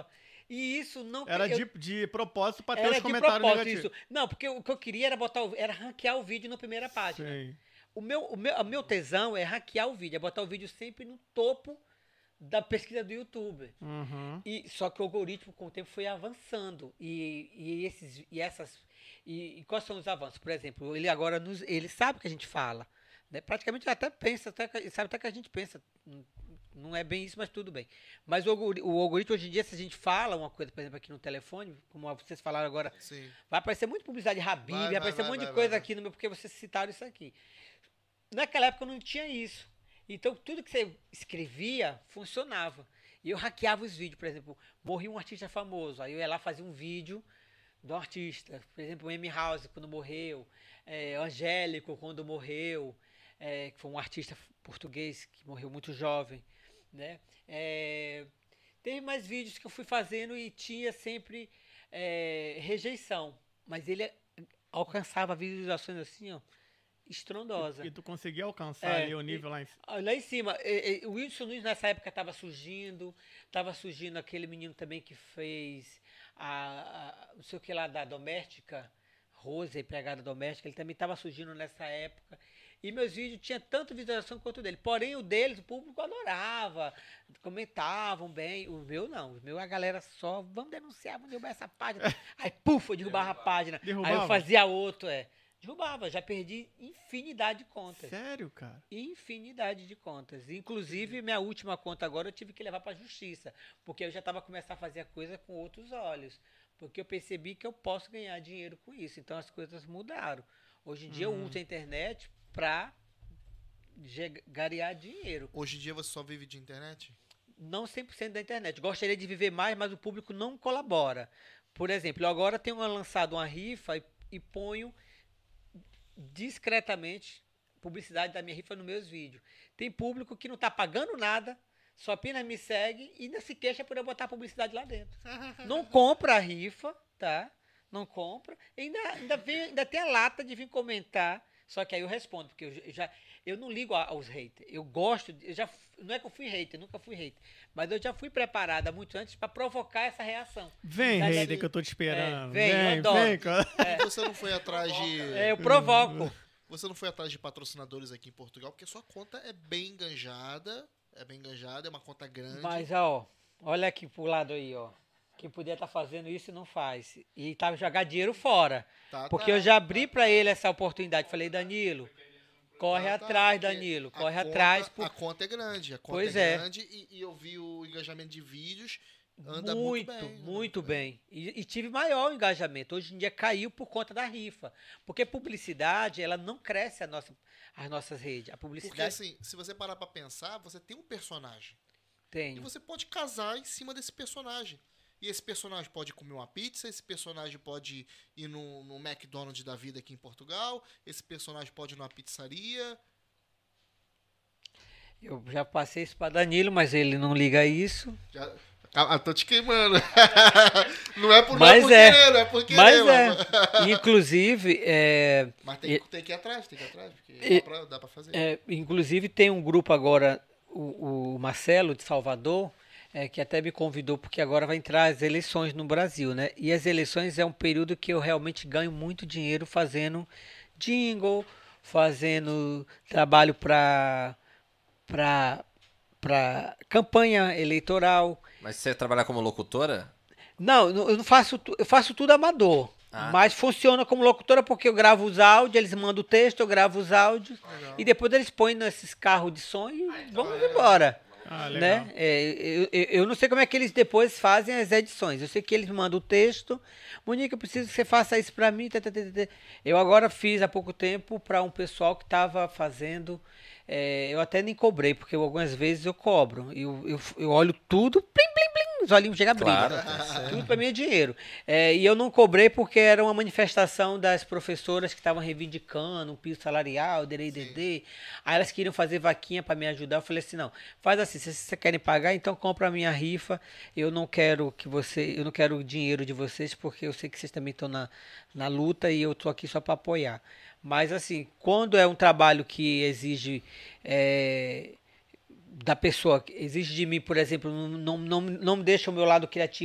E isso não... Era eu, de, de propósito pra ter era os de comentários propósito negativos. isso. Não, porque o que eu queria era botar o, era ranquear o vídeo na primeira página. Sim. O meu, o, meu, o meu tesão é hackear o vídeo, é botar o vídeo sempre no topo da pesquisa do YouTube. Uhum. E, só que o algoritmo, com o tempo, foi avançando. E, e, esses, e essas... E, e quais são os avanços? Por exemplo, ele agora nos, ele sabe o que a gente fala. Né? Praticamente até pensa, até, sabe até que a gente pensa. Não é bem isso, mas tudo bem. Mas o, o algoritmo, hoje em dia, se a gente fala uma coisa, por exemplo, aqui no telefone, como vocês falaram agora, Sim. vai aparecer muito publicidade de Habib, Vai, vai, vai, aparecer vai, um monte vai, de coisa vai, aqui no meu, porque vocês citaram isso aqui. Naquela época não tinha isso. Então, tudo que você escrevia funcionava. E eu hackeava os vídeos. Por exemplo, morria um artista famoso. Aí eu ia lá fazer um vídeo do artista. Por exemplo, o Amy House, quando morreu. É, Angélico, quando morreu. É, que foi um artista português que morreu muito jovem. Né? É, teve mais vídeos que eu fui fazendo e tinha sempre é, rejeição. Mas ele alcançava visualizações assim, ó. Estrondosa. E tu conseguia alcançar É, ali o nível e- lá em cima. Lá em cima, e- e- o Whindersson Nunes nessa época estava surgindo, estava surgindo aquele menino também que fez a, a- não sei o que lá da doméstica, Rose, a empregada doméstica, ele também estava surgindo nessa época. E meus vídeos tinham tanto visualização quanto o dele. Porém, o deles, o público adorava, comentavam bem. O meu não, o meu a galera só, vamos denunciar, vamos derrubar essa página. Aí, puf, eu derrubava a página. Aí Derrubava? eu fazia outro, é. Derrubava, já perdi infinidade de contas. Sério, cara? Infinidade de contas. Inclusive, minha última conta agora eu tive que levar para a justiça, porque eu já estava começando a fazer a coisa com outros olhos. Porque eu percebi que eu posso ganhar dinheiro com isso. Então as coisas mudaram. Hoje em dia eu uso a internet para garear dinheiro. Hoje em dia você só vive de internet? Não cem por cento da internet. Gostaria de viver mais, mas o público não colabora. Por exemplo, eu agora tenho lançado uma rifa e, e ponho discretamente publicidade da minha rifa nos meus vídeos. Tem público que não está pagando nada, só apenas me segue e ainda se queixa por eu botar publicidade lá dentro. Não compra a rifa, tá? Não compra. Ainda, ainda, vem, ainda tem a lata de vir comentar. Só que aí eu respondo, porque eu já eu não ligo aos haters. Eu gosto, eu já não é que eu fui hater, nunca fui hater, mas eu já fui preparada muito antes para provocar essa reação. Vem, Sabe, hater, assim, que eu tô te esperando. é, vem, eu vem, adoro. vem, cara. E você não foi atrás de. É, eu provoco. Você não foi atrás de patrocinadores aqui em Portugal, porque sua conta é bem enganjada. É bem enganjada, é uma conta grande. Mas, ó, olha aqui pro lado aí, ó. Quem podia estar fazendo isso e não faz. E tá jogar dinheiro fora. Tá, Porque tá, eu já tá, abri tá. pra ele essa oportunidade. Falei, Danilo, corre Tá, tá, atrás, porque Danilo. a Corre conta- atrás. por- A conta é grande, a conta Pois é, é. grande e, e eu vi o engajamento de vídeos, anda Muito, muito, bem. anda muito bem. E, e tive maior engajamento. Hoje em dia caiu por conta da rifa. Porque publicidade, ela não cresce a nossa, as nossas redes. A Porque publicidade assim, se você parar pra pensar, você tem um personagem. tem. E você pode casar em cima desse personagem. E esse personagem pode comer uma pizza, esse personagem pode ir no, no McDonald's da vida aqui em Portugal, esse personagem pode ir numa pizzaria. Eu já passei isso pra Danilo, mas ele não liga a isso. Já, ah, tô te queimando. Não é por, Mas não é. é por querer, não é por querer. Mas mas- é. Inclusive, é, Mas tem, tem que ir atrás, tem que ir atrás, porque E- dá, pra, dá pra fazer. É, inclusive tem um grupo agora, o, o Marcelo de Salvador, é, que até me convidou porque agora vai entrar as eleições no Brasil, né? E as eleições é um período que eu realmente ganho muito dinheiro fazendo jingle, fazendo trabalho para para para campanha eleitoral. Mas você trabalhar como locutora? Não, eu não faço, tu- eu faço tudo amador. Ah. Mas funciona como locutora porque eu gravo os áudios, eles mandam o texto, eu gravo os áudios Legal. e depois eles põem nesses carros de som e vamos embora. Ah, legal. Né? É, eu, eu, eu não sei como é que eles depois fazem as edições. Eu sei que eles mandam o texto. Monique, eu preciso que você faça isso pra mim. tê, tê, tê, tê. Eu agora fiz há pouco tempo para um pessoal que estava fazendo. é, eu até nem cobrei, porque eu, algumas vezes eu cobro. Eu, eu, eu olho tudo, plim, plim, plim, os olhinhos chegam a brilho. Claro, tá certo. Tudo para mim é dinheiro. É, e eu não cobrei porque era uma manifestação das professoras que estavam reivindicando um piso salarial, D D D. Aí elas queriam fazer vaquinha para me ajudar. Eu falei assim, não, faz assim, se vocês querem pagar, então compra a minha rifa. Eu não quero que você, eu não quero o dinheiro de vocês, porque eu sei que vocês também estão na, na luta e eu tô aqui só para apoiar. Mas assim, quando é um trabalho que exige é, da pessoa, exige de mim, por exemplo, não, não, não, não me deixa o meu lado criativo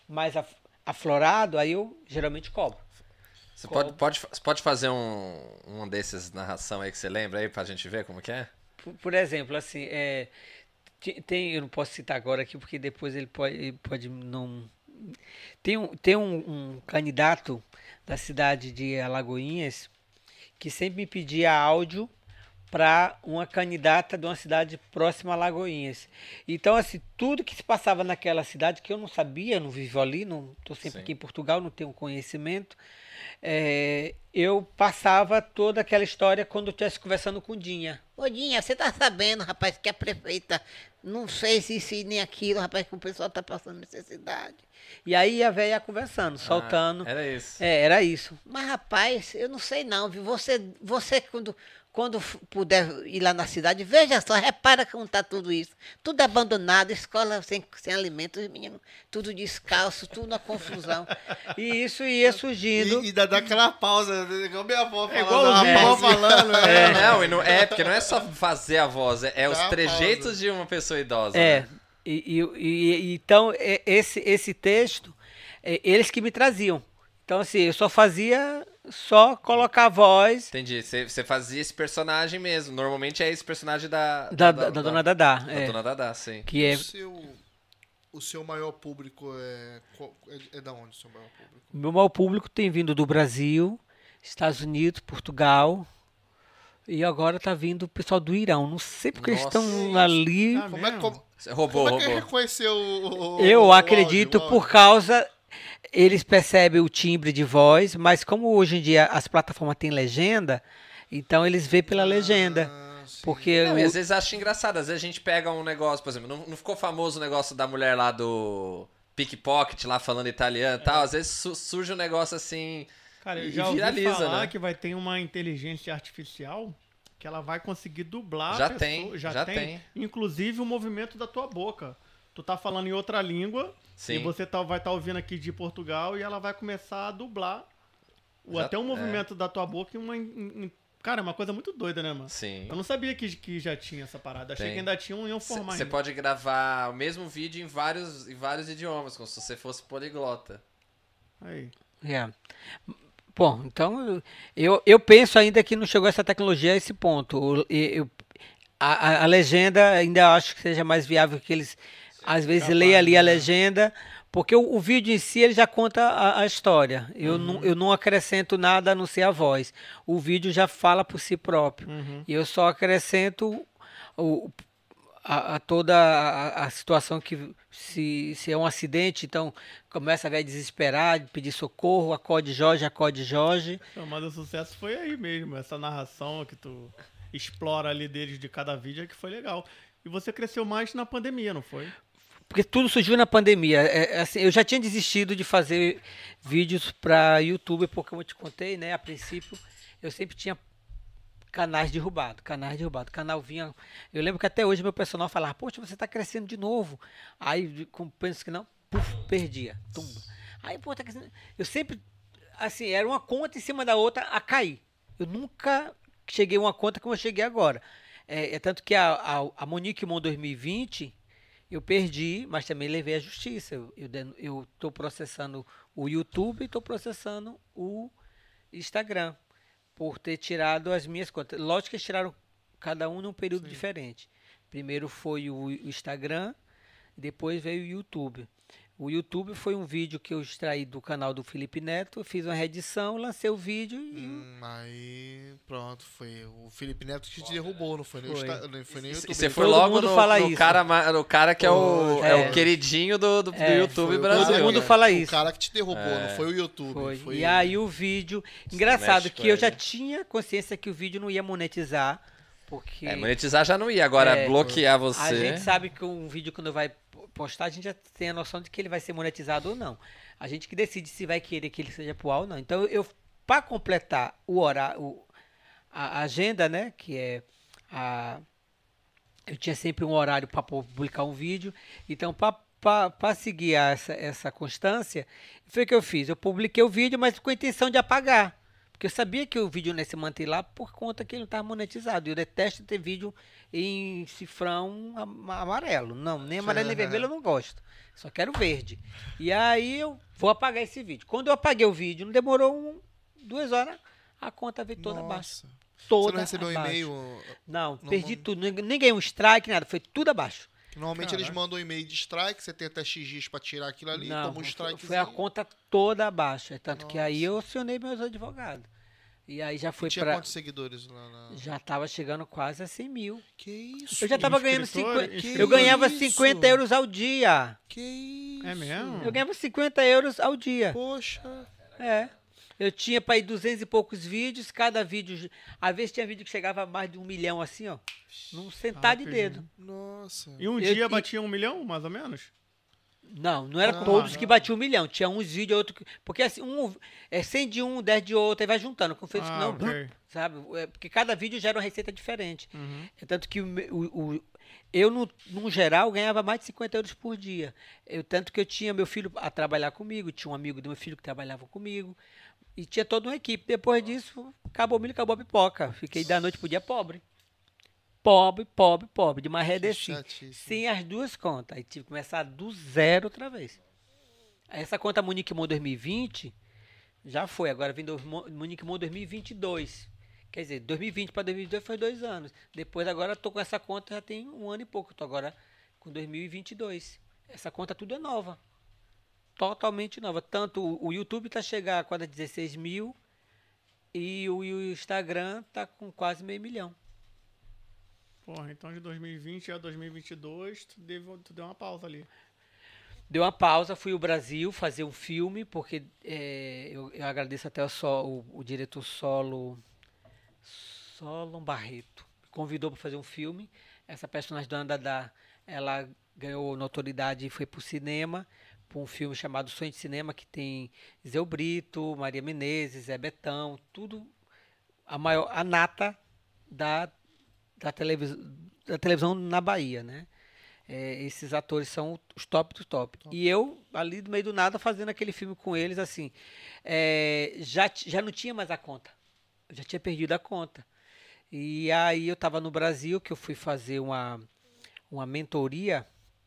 mais af- aflorado, aí eu geralmente cobro. Você pode, pode, você pode fazer um, um desses narração aí que você lembra aí pra gente ver como que é? Por, por exemplo, assim, é, ti- tem, eu não posso citar agora aqui porque depois ele pode, ele pode não. Tem, um, tem um, um candidato da cidade de Alagoinhas que sempre me pedia áudio para uma candidata de uma cidade próxima a Alagoinhas. Então, assim, tudo que se passava naquela cidade, que eu não sabia, não vivo ali, não estou sempre Sim. aqui em Portugal, não tenho conhecimento, é, eu passava toda aquela história quando eu estivesse conversando com Dinha. Ô, Dinha, você tá sabendo, rapaz, que a prefeita não fez isso e nem aquilo, rapaz, que o pessoal tá passando necessidade. E aí a velha ia conversando, soltando. Ah, era isso. É, era isso. Mas, rapaz, eu não sei não, viu? Você, você quando, quando f- puder ir lá na cidade, veja só, repara como tá tudo isso. Tudo abandonado, escola sem, sem alimento, os meninos tudo descalço, tudo na confusão. E isso ia surgindo. E, e dá, dá aquela pausa, igual minha avó É falando. igual dá o uma avó pausa. falando, É, é. não, e não, é, porque não é só fazer a voz, é, é os Dá uma trejeitos pausa. de uma pessoa idosa. É. Né? E, e- e- e- então, é, esse, esse texto, é, eles que me traziam. Então, assim, eu só fazia, só colocar a voz Entendi. Você você fazia esse personagem mesmo. Normalmente é esse personagem da... da, da, da dona Dadá. Da é, dona Dadá, sim. que é, O seu, o seu maior público é, qual- é, é da onde o seu maior público? o meu maior público tem vindo do Brasil, Estados Unidos, Portugal. E agora tá vindo o pessoal do Irão. Não sei porque eles Nossa. estão ali. Ah, Como é, mesmo? como, Você roubou, como é que roubou. reconheceu o, o Eu o acredito áudio, o por causa. Eles percebem o timbre de voz, mas como hoje em dia as plataformas têm legenda, então eles vê pela legenda. Ah, sim. Porque Não, o- e às vezes acho engraçado. Às vezes a gente pega um negócio, por exemplo, não, não ficou famoso o negócio da mulher lá do Pickpocket, lá falando italiano e tal. Às vezes su- surge um negócio assim... Cara, eu E já ouvi viraliza, falar né? que vai ter uma inteligência artificial que ela vai conseguir dublar Já a pessoa. tem, já tem. Inclusive o movimento da tua boca. Tu tá falando em outra língua Sim. e você tá, vai estar ouvindo aqui de Portugal e ela vai começar a dublar o, Já- até o movimento da tua boca. Em uma, em- em- cara, é uma coisa muito doida, né, mano? Sim. Eu não sabia que, que já tinha essa parada. Achei Tem. que ainda tinha um em um formato. Você pode gravar o mesmo vídeo em vários, em vários idiomas, como se você fosse poliglota. Aí. É. Bom, então eu, eu penso ainda que não chegou essa tecnologia a esse ponto. O- e- eu- a, a- a legenda ainda acho que seja mais viável que eles às vezes capaz, leem ali a né? legenda, porque o, o vídeo em si ele já conta a, a história. Eu, não, eu não acrescento nada a não ser a voz. O vídeo já fala por si próprio. Uhum. E eu só acrescento o, a, a toda a, a situação que se, se é um acidente, então começa a ver desesperar, pedir socorro, acorde Jorge, acorde Jorge. Não, mas o sucesso foi aí mesmo. Essa narração que tu explora ali deles de cada vídeo é que foi legal. E você cresceu mais na pandemia, não foi? Porque tudo surgiu na pandemia. É, é assim, eu já tinha desistido de fazer vídeos para YouTube, porque como eu te contei, né, a princípio eu sempre tinha canais derrubados, canais derrubados, canal vinha. Eu lembro que até hoje meu personal falava: "Poxa, você tá crescendo de novo". Aí, como penso que não, puf, perdia, tumba. Aí, pô, tá crescendo. Eu sempre, assim, era uma conta em cima da outra a cair. Eu nunca cheguei a uma conta como eu cheguei agora. É, é tanto que a, a, a Monique Mon dois mil e vinte eu perdi, mas também levei à justiça. Eu, eu, den- eu tô processando o YouTube e estou processando o Instagram por ter tirado as minhas contas. Lógico que eles tiraram cada um num período diferente. Primeiro foi o, o Instagram, depois veio o YouTube. O YouTube foi um vídeo que eu extraí do canal do Felipe Neto, eu fiz uma reedição, lancei o vídeo e Hum, aí, pronto, foi o Felipe Neto que te derrubou, não foi nem, o Foi. Insta- não foi nem o E YouTube. você foi Todo logo mundo no, fala no isso. cara, ma- no cara que é o, é. É. o queridinho do, do, do É, YouTube Foi o Brasil. cara- Todo mundo né? fala o isso. cara que te derrubou, É. não foi o YouTube. Foi. Foi, E aí o vídeo. Isso Engraçado mexe com que eu já ele. tinha consciência que o vídeo não ia monetizar. Porque É, monetizar já não ia, agora É, bloquear a você. gente sabe que um vídeo, quando vai postar, a gente já tem a noção de que ele vai ser monetizado ou não. A gente que decide se vai querer que ele seja pro ar ou não. Então, eu, para completar o horário, a a agenda, né, que é a. Eu tinha sempre um horário para publicar um vídeo. Então, para seguir essa, essa constância, foi o que eu fiz. Eu publiquei o vídeo, mas com a intenção de apagar. Porque eu sabia que o vídeo não ia se manter lá por conta que ele não estava monetizado. Eu detesto ter vídeo em cifrão am- amarelo. Não, nem amarelo nem vermelho eu não gosto. Só quero verde. E aí eu vou apagar esse vídeo. Quando eu apaguei o vídeo, não demorou um, duas horas, a conta veio toda abaixo. Nossa. Toda Você não recebeu um abaixo. e-mail? Não, Não perdi manda- tudo. Nem nem ganhei um strike, nada. Foi tudo abaixo. Normalmente eles Caraca. mandam um e-mail de strike, você tem até X dias pra tirar aquilo ali, Não, toma um foi- strike. foi a conta toda abaixo. É tanto que aí Nossa. eu acionei meus advogados. E aí já foi Tinha pra... quantos seguidores lá na... Já tava chegando quase a cem mil. Que isso? Eu já tava ganhando Inscritor- cinquenta. inscritor- Eu ganhava isso? cinquenta euros ao dia. Que isso? É mesmo? Eu ganhava cinquenta euros ao dia. Poxa. É. Eu tinha para ir duzentos e poucos vídeos, cada vídeo. Às vezes tinha vídeo que chegava a mais de um milhão assim, ó. Num sentar de Rapidinho. dedo. Nossa. E um Eu- dia e- batia um milhão, mais ou menos? Não, não era Não, todos não. que batiam um milhão. Tinha uns vídeos, outros. que- Porque assim, um é cem de um, dez de outro, aí vai juntando. Como fez Ah, não, ok. sabe? É, porque cada vídeo gera uma receita diferente. Uhum. É tanto que o, me- o- o- eu, no, no geral, ganhava mais de cinquenta euros por dia. Eu, tanto que eu tinha meu filho a trabalhar comigo, tinha um amigo do meu filho que trabalhava comigo, e tinha toda uma equipe. Depois disso, acabou o milho, acabou a pipoca. Fiquei da noite pro dia pobre. Pobre, pobre, pobre. De maré Que desci. chatice. Sem as duas contas. Aí tive que começar do zero outra vez. Aí essa conta Monique Mon dois mil e vinte já foi. Agora vem do Mo- Monique Mon dois mil e vinte e dois. Quer dizer, dois mil e vinte para dois mil e vinte e dois foi dois anos. Depois agora tô com essa conta já tem um ano e pouco. Tô agora com dois mil e vinte e dois. Essa conta tudo é nova. Totalmente nova. Tanto o o YouTube tá chegando a quase dezesseis mil e o, e o Instagram tá com quase meio milhão. Porra, então de dois mil e vinte a dois mil e vinte e dois, tu, deu, tu deu uma pausa ali. Deu uma pausa, fui ao Brasil fazer um filme, porque é, eu, eu agradeço até o, so- o, o diretor Solo, Solon Barreto, me convidou para fazer um filme. Essa personagem Dona Dadá, ela ganhou notoriedade e foi para o cinema, para um filme chamado Sonho de Cinema, que tem Zé Brito, Maria Menezes, Zé Betão, tudo, a maior, a nata da, da, televis, da televisão na Bahia, né? É, esses atores são os top do top. E eu, ali do meio do nada, fazendo aquele filme com eles, assim, é, já, ti- já não tinha mais a conta. Eu já tinha perdido a conta. E aí eu estava no Brasil, que eu fui fazer uma, uma mentoria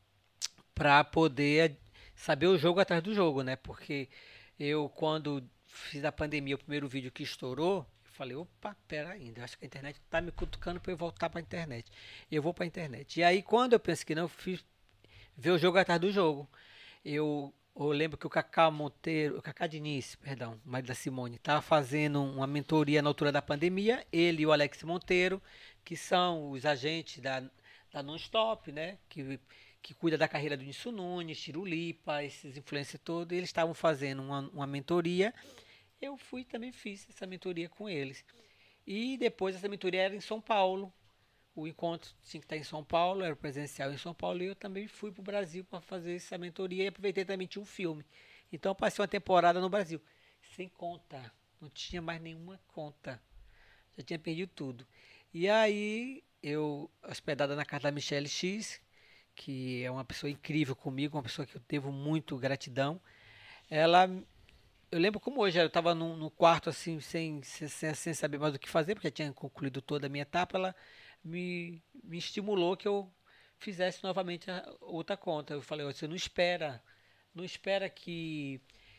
para poder saber o jogo atrás do jogo, né? Porque eu, quando fiz a pandemia, o primeiro vídeo que estourou, eu falei, opa, pera ainda, acho que a internet tá me cutucando para eu voltar para a internet. Eu vou para a internet. E aí, quando eu pensei que não, eu fiz ver o jogo atrás do jogo. Eu, eu lembro que o Cacá Monteiro, o Cacá Diniz, perdão, o marido da Simone, estava fazendo uma mentoria na altura da pandemia, ele e o Alex Monteiro, que são os agentes da, da Non-Stop, né? Que, que cuida da carreira do Nisso Nunes, Tirulipa, esses influencers todos, eles estavam fazendo uma, uma mentoria. Eu fui também fiz essa mentoria com eles. E depois essa mentoria era em São Paulo. O encontro tinha que estar em São Paulo, era presencial em São Paulo, e eu também fui para o Brasil para fazer essa mentoria e aproveitei também tinha um filme. Então eu passei uma temporada no Brasil, sem conta, não tinha mais nenhuma conta, já tinha perdido tudo. E aí eu, hospedada na casa da Michelle X, que é uma pessoa incrível comigo, uma pessoa que eu devo muito gratidão, ela... Eu lembro como hoje, eu estava no, no quarto assim, sem, sem, sem saber mais o que fazer, porque eu tinha concluído toda a minha etapa, ela me, me estimulou que eu fizesse novamente a outra conta. Eu falei, você não espera, não espera que,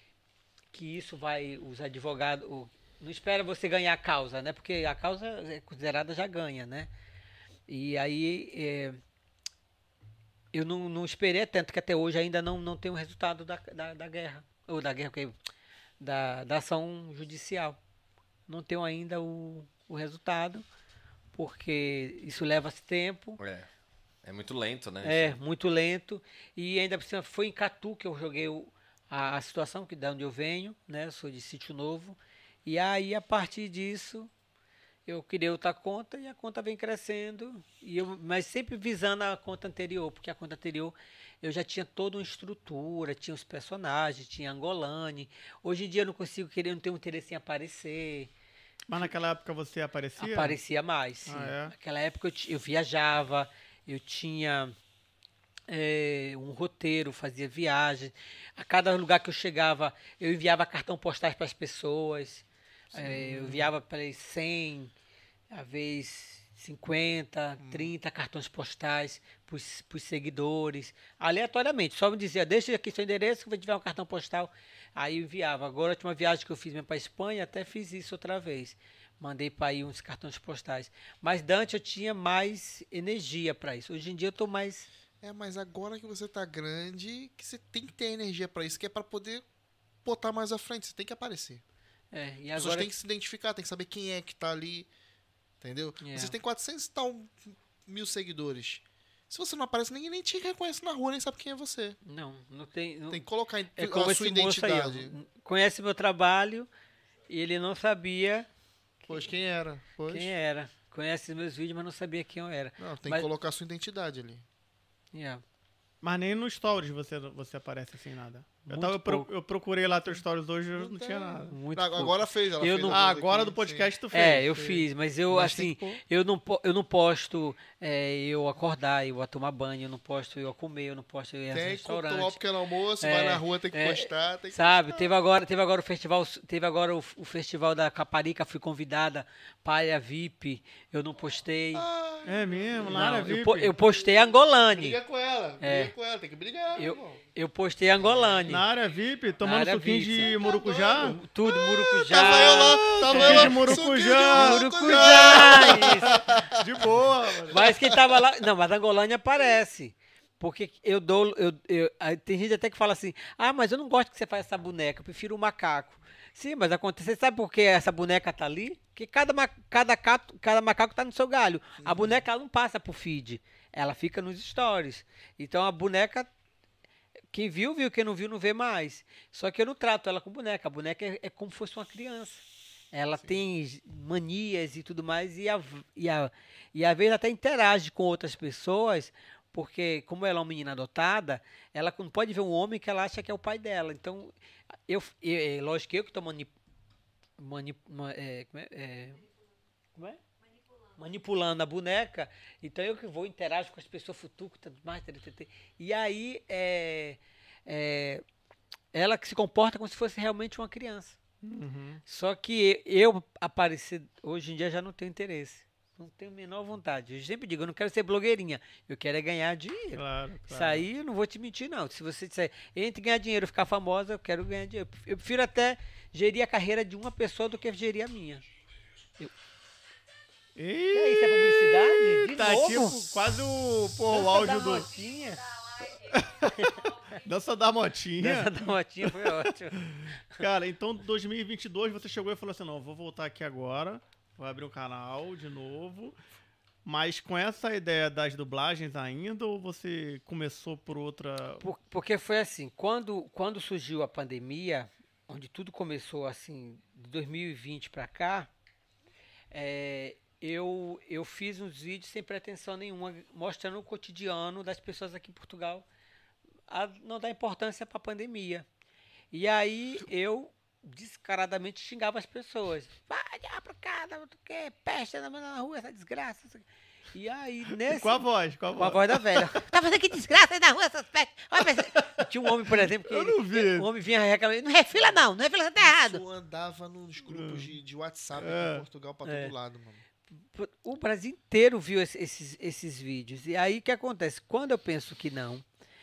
que isso vai, os advogados, o- não espera você ganhar a causa, né? Porque a causa é considerada já ganha, né? E aí é, eu não, não esperei tanto que até hoje ainda não, não tem o resultado da, da, da guerra, ou da guerra, que da, da ação judicial. Não tenho ainda o, o resultado, porque isso leva-se tempo, É. É muito lento, né? é muito lento, e ainda por cima foi em Catu que eu joguei o- a, a situação, que da onde eu venho, né? Eu sou de Sítio Novo, e aí a partir disso eu criei outra conta e a conta vem crescendo, e eu, mas sempre visando a conta anterior, porque a conta anterior eu já tinha toda uma estrutura, tinha os personagens, tinha Angolane. Hoje em dia eu não consigo querer, não tenho interesse em aparecer. Mas naquela época você aparecia? Aparecia mais, sim. Ah, é? Naquela época eu, ti- eu viajava, eu tinha é, um roteiro, fazia viagem. A cada lugar que eu chegava, eu enviava cartão postais para as pessoas. É, eu enviava para eles cem, às vezes cinquenta, trinta cartões postais para os seguidores, aleatoriamente. Só me dizia, deixa aqui seu endereço que vai tiver um cartão postal. Aí eu enviava. Agora, a última viagem que eu fiz mesmo para a Espanha, até fiz isso outra vez. Mandei para aí uns cartões postais. Mas antes eu tinha mais energia para isso. Hoje em dia eu estou mais... É, mas agora que você tá grande, que você tem que ter energia pra isso, que é pra poder botar mais à frente. Você tem que aparecer. É, e As pessoas agora... têm que se identificar, tem que saber quem é que tá ali. Entendeu? É. Você tem quatrocentos e tal mil seguidores. Se você não aparece, ninguém nem te reconhece na rua, nem sabe quem é você. Não, não tem... Não... Tem que colocar É a como sua esse moço aí, ó, identidade. conhece meu trabalho e ele não sabia Pois, quem era? Pois. quem era. Conhece meus vídeos, mas não sabia quem eu era. Não, tem Mas- que colocar a sua identidade ali. Yeah. Mas nem no Stories você, você aparece assim, nada. Eu, Muito tava, eu, pro- pouco. eu procurei lá teus Stories hoje, eu não tem. tinha nada. Muito Ah, pouco. agora fez, ela Eu fez não- a Ah, coisa agora aqui, do podcast tu fez. É, eu Fez. fiz, mas eu, Mas tem assim, que pôr. eu não, po- eu não posto é, eu acordar, eu vou tomar banho, eu não posto eu comer, eu não posto eu ir Sim. ao Tem que restaurante. tomar um pequeno almoço, É, vai na rua, tem que é, postar, tem que Sabe, postar. teve agora, teve agora o festival, teve agora o, o festival da Caparica, fui convidada para a V I P, eu não postei. Ah, É mesmo, Não, lá na eu, V I P. po- eu postei Angolane. briga com ela, briga É. com ela, tem que brigar, Eu, irmão. eu postei Angolane. Na área V I P, tomando área suquinho V I P. de Tá murucujá. doido? Tudo, Murucujá. Tava eu lá, tava suquinho eu lá, de murucujá. suquinho de Murucujá, isso. De boa, mano. Mas quem tava lá. Não, mas a Angolane aparece. Porque eu dou. Eu, eu, aí tem gente até que fala assim: ah, mas eu não gosto que você faz essa boneca, eu prefiro o macaco. Sim, mas acontece. Você sabe por que essa boneca tá ali? Porque cada, ma- cada, cato, cada macaco tá no seu galho. A boneca ela não passa pro feed. Ela fica nos stories. Então a boneca. Quem viu, viu. Quem não viu, não vê mais. Só que eu não trato ela com boneca. A boneca é, é como se fosse uma criança. Ela tem manias e tudo mais. E, a, e, a, e às vezes até interage com outras pessoas. Porque, como ela é uma menina adotada, ela não pode ver um homem que ela acha que é o pai dela. Então, eu, eu, é lógico que eu que estou manip, manip, ma- é, como é, é, como é? manipulando a boneca. Então, eu que vou interagir com as pessoas futuras, tudo mais. tê, tê, tê. E aí, é, é, ela que se comporta como se fosse realmente uma criança. Uhum. Só que eu aparecer hoje em dia já não tenho interesse. Não tenho a menor vontade. Eu sempre digo, eu não quero ser blogueirinha. Eu quero é ganhar dinheiro. Claro, claro. Isso aí eu não vou te mentir, não. Se você disser, entre ganhar dinheiro e ficar famosa, eu quero ganhar dinheiro. Eu prefiro até gerir a carreira de uma pessoa do que gerir a minha. Que é isso? É publicidade? De Tá novo? tipo quase o, pô, o Dança áudio da do... motinha. Dança da motinha. Dança da motinha foi ótimo. Cara, então dois mil e vinte e dois você chegou e falou assim, não, vou voltar aqui agora, vou abrir um canal de novo, mas com essa ideia das dublagens ainda, ou você começou por outra... Por- porque foi assim, quando, quando surgiu a pandemia, onde tudo começou assim, de dois mil e vinte para cá, é, eu, eu fiz uns vídeos sem pretensão nenhuma, mostrando o cotidiano das pessoas aqui em Portugal, a não dar importância para a pandemia. E aí eu descaradamente xingava as pessoas. Vai já pra cá, não sei o que, peste na, na rua, essa desgraça. isso aqui. E aí, nesse... Com a voz, com a Com a voz. voz da velha. Tá fazendo que desgraça aí na rua, essas pestes. Olha pra esse- Tinha um homem, por exemplo, que Eu ele, não vi. o homem vinha reclamando. Não refila não, não refila, você tá errado. Isso andava nos grupos de, de WhatsApp aqui É. em Portugal pra É. todo lado, mano. O Brasil inteiro viu esse- esses, esses vídeos. E aí o que acontece? Quando eu penso que não,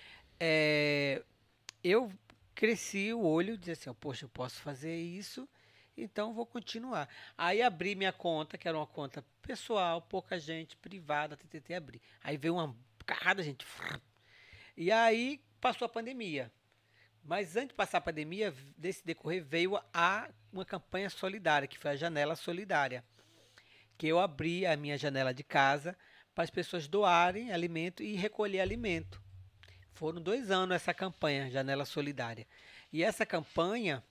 é, eu cresci o olho e disse assim, ó, poxa, eu posso fazer isso, então vou continuar. Aí abri minha conta, que era uma conta pessoal, pouca gente, privada, tentei abrir. Aí veio uma carrada de gente. E aí passou a pandemia. Mas antes de passar a pandemia, desse decorrer, veio a, uma campanha solidária, que foi a Janela Solidária. Que eu abri a minha janela de casa para as pessoas doarem alimento e recolher alimento. Foram dois anos essa campanha, Janela Solidária. E essa campanha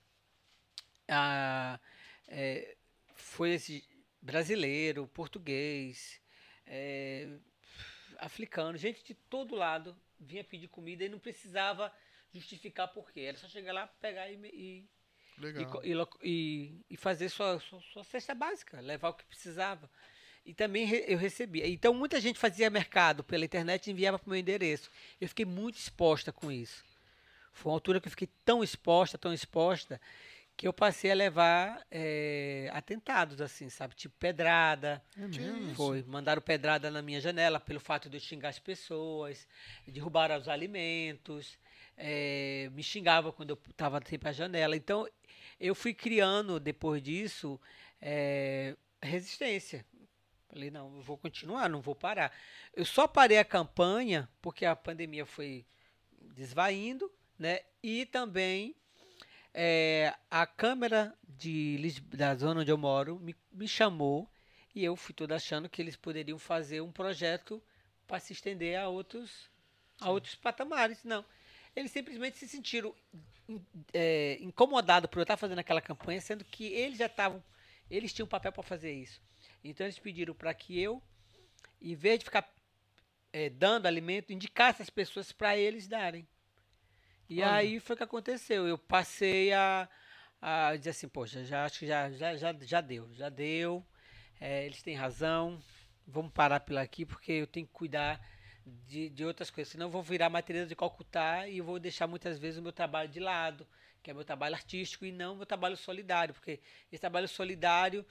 ah, é, foi esse brasileiro, português, é, africano, gente de todo lado vinha pedir comida e não precisava justificar por quê. Era só chegar lá, pegar e, e, e, Legal. co- e lo- e- e fazer sua, sua, sua cesta básica, levar o que precisava. E também re- eu recebia. Então, muita gente fazia mercado pela internet e enviava para o meu endereço. Eu fiquei muito exposta com isso. Foi uma altura que eu fiquei tão exposta, tão exposta, que eu passei a levar é, atentados, assim, sabe? Tipo pedrada. É Que mesmo? isso? Foi, mandaram pedrada na minha janela pelo fato de eu xingar as pessoas, derrubaram os alimentos, é, me xingavam quando eu estava sempre à janela. Então, eu fui criando, depois disso, é, resistência. Falei, não, eu vou continuar, não vou parar. Eu só parei a campanha porque a pandemia foi desvaindo, né? E também é, a Câmara de, Lis- da zona onde eu moro me, me chamou e eu fui todo achando que eles poderiam fazer um projeto para se estender a outros, a outros patamares. Não. Eles simplesmente se sentiram in- é, incomodados por eu estar fazendo aquela campanha, sendo que eles já estavam, eles tinham papel para fazer isso. Então eles pediram para que eu, em vez de ficar é, dando alimento, indicasse as pessoas para eles darem. E Olha. aí foi o que aconteceu. Eu passei a, a dizer assim, poxa, já acho que já, já, já, já deu, já deu. É, eles têm razão. Vamos parar por aqui porque eu tenho que cuidar de, de outras coisas. Senão eu vou virar Maria de Calcutá e eu vou deixar muitas vezes o meu trabalho de lado, que é meu trabalho artístico, e não meu trabalho solidário. Porque esse trabalho solidário,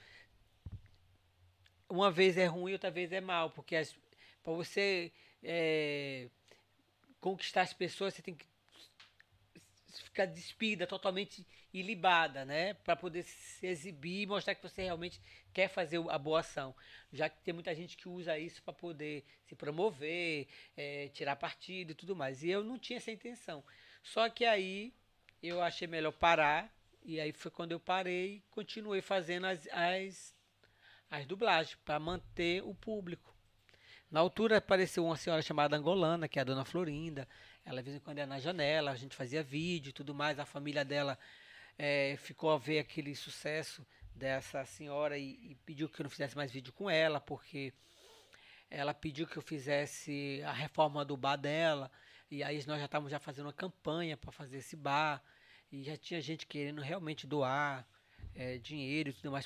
uma vez é ruim, outra vez é mal. Porque para você é, conquistar as pessoas, você tem que ficar despida, totalmente ilibada, né? Para poder se exibir e mostrar que você realmente quer fazer a boa ação. Já que tem muita gente que usa isso para poder se promover, é, tirar partido e tudo mais. E eu não tinha essa intenção. Só que aí eu achei melhor parar, e aí foi quando eu parei e continuei fazendo as, as, as dublagens para manter o público. Na altura apareceu uma senhora chamada Angolana, que é a dona Florinda. Ela, de vez em quando, ia na janela, a gente fazia vídeo e tudo mais. A família dela é, ficou a ver aquele sucesso dessa senhora e, e pediu que eu não fizesse mais vídeo com ela, porque ela pediu que eu fizesse a reforma do bar dela. E aí nós já estávamos já fazendo uma campanha para fazer esse bar. E já tinha gente querendo realmente doar é, dinheiro e tudo mais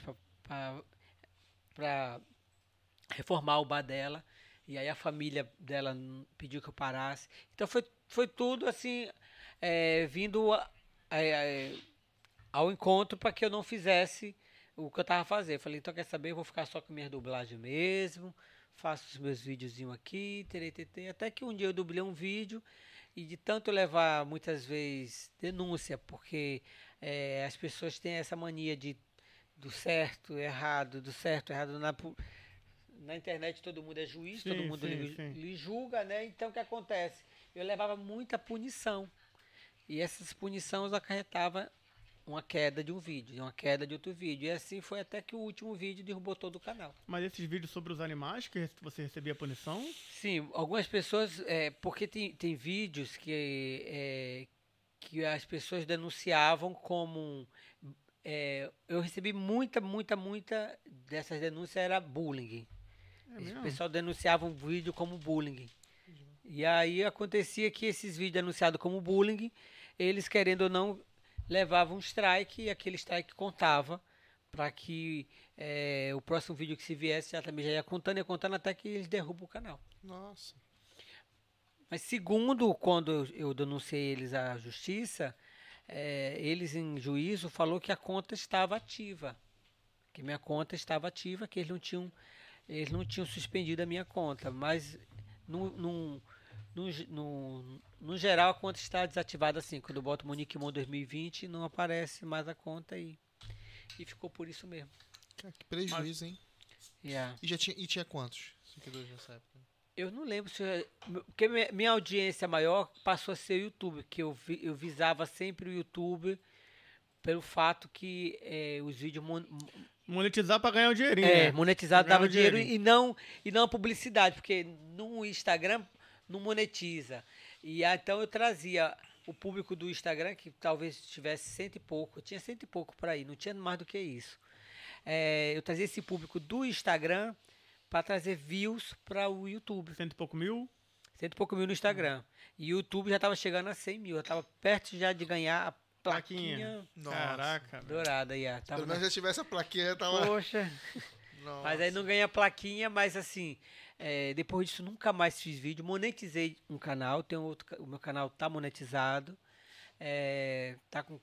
para reformar o bar dela. E aí a família dela pediu que eu parasse. Então foi, foi tudo assim, é, vindo a, a, a, ao encontro para que eu não fizesse o que eu estava fazendo. Falei, então quer saber, eu vou ficar só com minha dublagem mesmo, faço os meus videozinhos aqui, terei, terei, até que um dia eu dublei um vídeo e de tanto levar muitas vezes denúncia, porque é, as pessoas têm essa mania de do certo, errado, do certo, errado na Na internet todo mundo é juiz, Sim, todo mundo sim, lhe, sim. lhe julga, né? Então o que acontece? Eu levava muita punição. E essas punições acarretavam uma queda de um vídeo, uma queda de outro vídeo. E assim foi até que o último vídeo derrubou todo o canal. Mas esses vídeos sobre os animais que você recebia punição? Sim, algumas pessoas, é, porque tem, tem vídeos que, é, que as pessoas denunciavam como. É, eu recebi muita, muita, muita dessas denúncias era bullying. É O mesmo? pessoal denunciava um vídeo como bullying. E aí acontecia que esses vídeos anunciados como bullying, eles querendo ou não, levavam um strike e aquele strike contava para que é, o próximo vídeo que se viesse já também já ia contando, ia contando até que eles derrubam o canal. Nossa. Mas segundo quando eu denunciei eles à justiça, é, eles em juízo falou que a conta estava ativa. Que minha conta estava ativa, que eles não tinham, eles não tinham suspendido a minha conta. Mas no, no, no, no, no geral a conta está desativada assim. Quando eu boto Monique Mon dois mil e vinte, não aparece mais a conta e, e ficou por isso mesmo. Cara, que prejuízo, hein? Yeah. E, já tinha, e tinha quantos seguidores nessa época? Eu não lembro se. eu- Porque minha- minha audiência maior passou a ser o YouTube, que eu, vi- eu visava sempre o YouTube pelo fato que eh, os vídeos mon- Monetizar pra ganhar o dinheirinho, é, né? monetizado Ganhar dava um dinheiro dinheirinho. e não, e não a publicidade, porque no Instagram não monetiza. E ah, então eu trazia o público do Instagram, que talvez tivesse cento e pouco, tinha cento e pouco por aí, não tinha mais do que isso. É, eu trazia esse público do Instagram para trazer views para o YouTube. Cento e pouco mil. Cento e pouco mil no Instagram. E o YouTube já estava chegando a cem mil. Eu estava perto já de ganhar a plaquinha, Plaquinha. Nossa. Caraca, velho. dourada. aí, ó. Tava Pelo menos na- já tivesse a plaquinha, tava. Poxa. Nossa. Mas aí não ganha a plaquinha, mas assim, é, depois disso nunca mais fiz vídeo. Monetizei um canal, tem outro, ca- o meu canal tá monetizado. É, tá com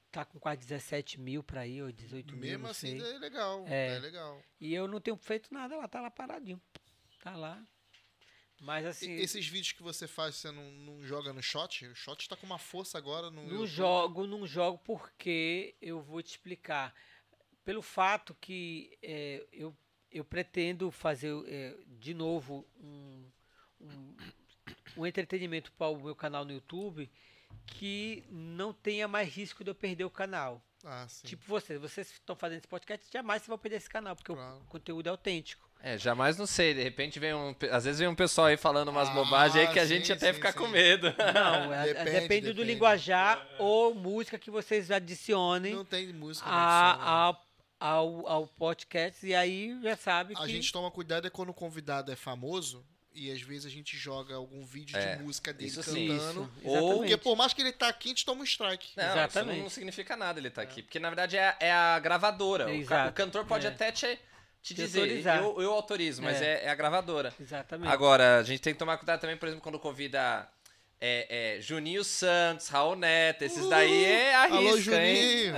tá com quase dezessete mil pra ir, ou dezoito mil, Mesmo não assim, sei. é legal. É. É legal. E eu não tenho feito nada lá, tá lá paradinho. Tá lá. Mas assim, E- esses vídeos que você faz, você não, não joga no Shot? O Shot tá com uma força agora no não YouTube. jogo, não jogo porque eu vou te explicar. Pelo fato que é, eu, eu pretendo fazer é, de novo um, um, um entretenimento para o meu canal no YouTube que não tenha mais risco de eu perder o canal. Ah, sim. Tipo vocês, vocês estão fazendo esse podcast, jamais vocês vão perder esse canal, porque Claro. o conteúdo é autêntico. É, jamais não sei. De repente vem um. Às vezes vem um pessoal aí falando umas Ah, bobagens aí que a sim, gente até sim, fica sim. com medo. Não, é- é- Depende, depende, do depende. linguajar ou música que vocês adicionem Não tem música no som, né? a, a, ao, ao podcast, e aí já sabe A que... gente toma cuidado é quando o convidado é famoso e às vezes a gente joga algum vídeo É, de música dele isso sim. cantando. Isso, Ou- exatamente. Porque por mais que ele tá aqui, a gente toma um strike. Não, Exatamente. isso não significa nada ele tá aqui. Porque na verdade é, é a gravadora. O, ca- Exato, o cantor pode é. até te, te Te dizer. autorizar. Eu, eu autorizo, mas É. é, é a gravadora. Exatamente. Agora, a gente tem que tomar cuidado também, por exemplo, quando convida é, é, Juninho Santos, Raul Neto, esses daí é arrisca, Alô, hein? Juninho!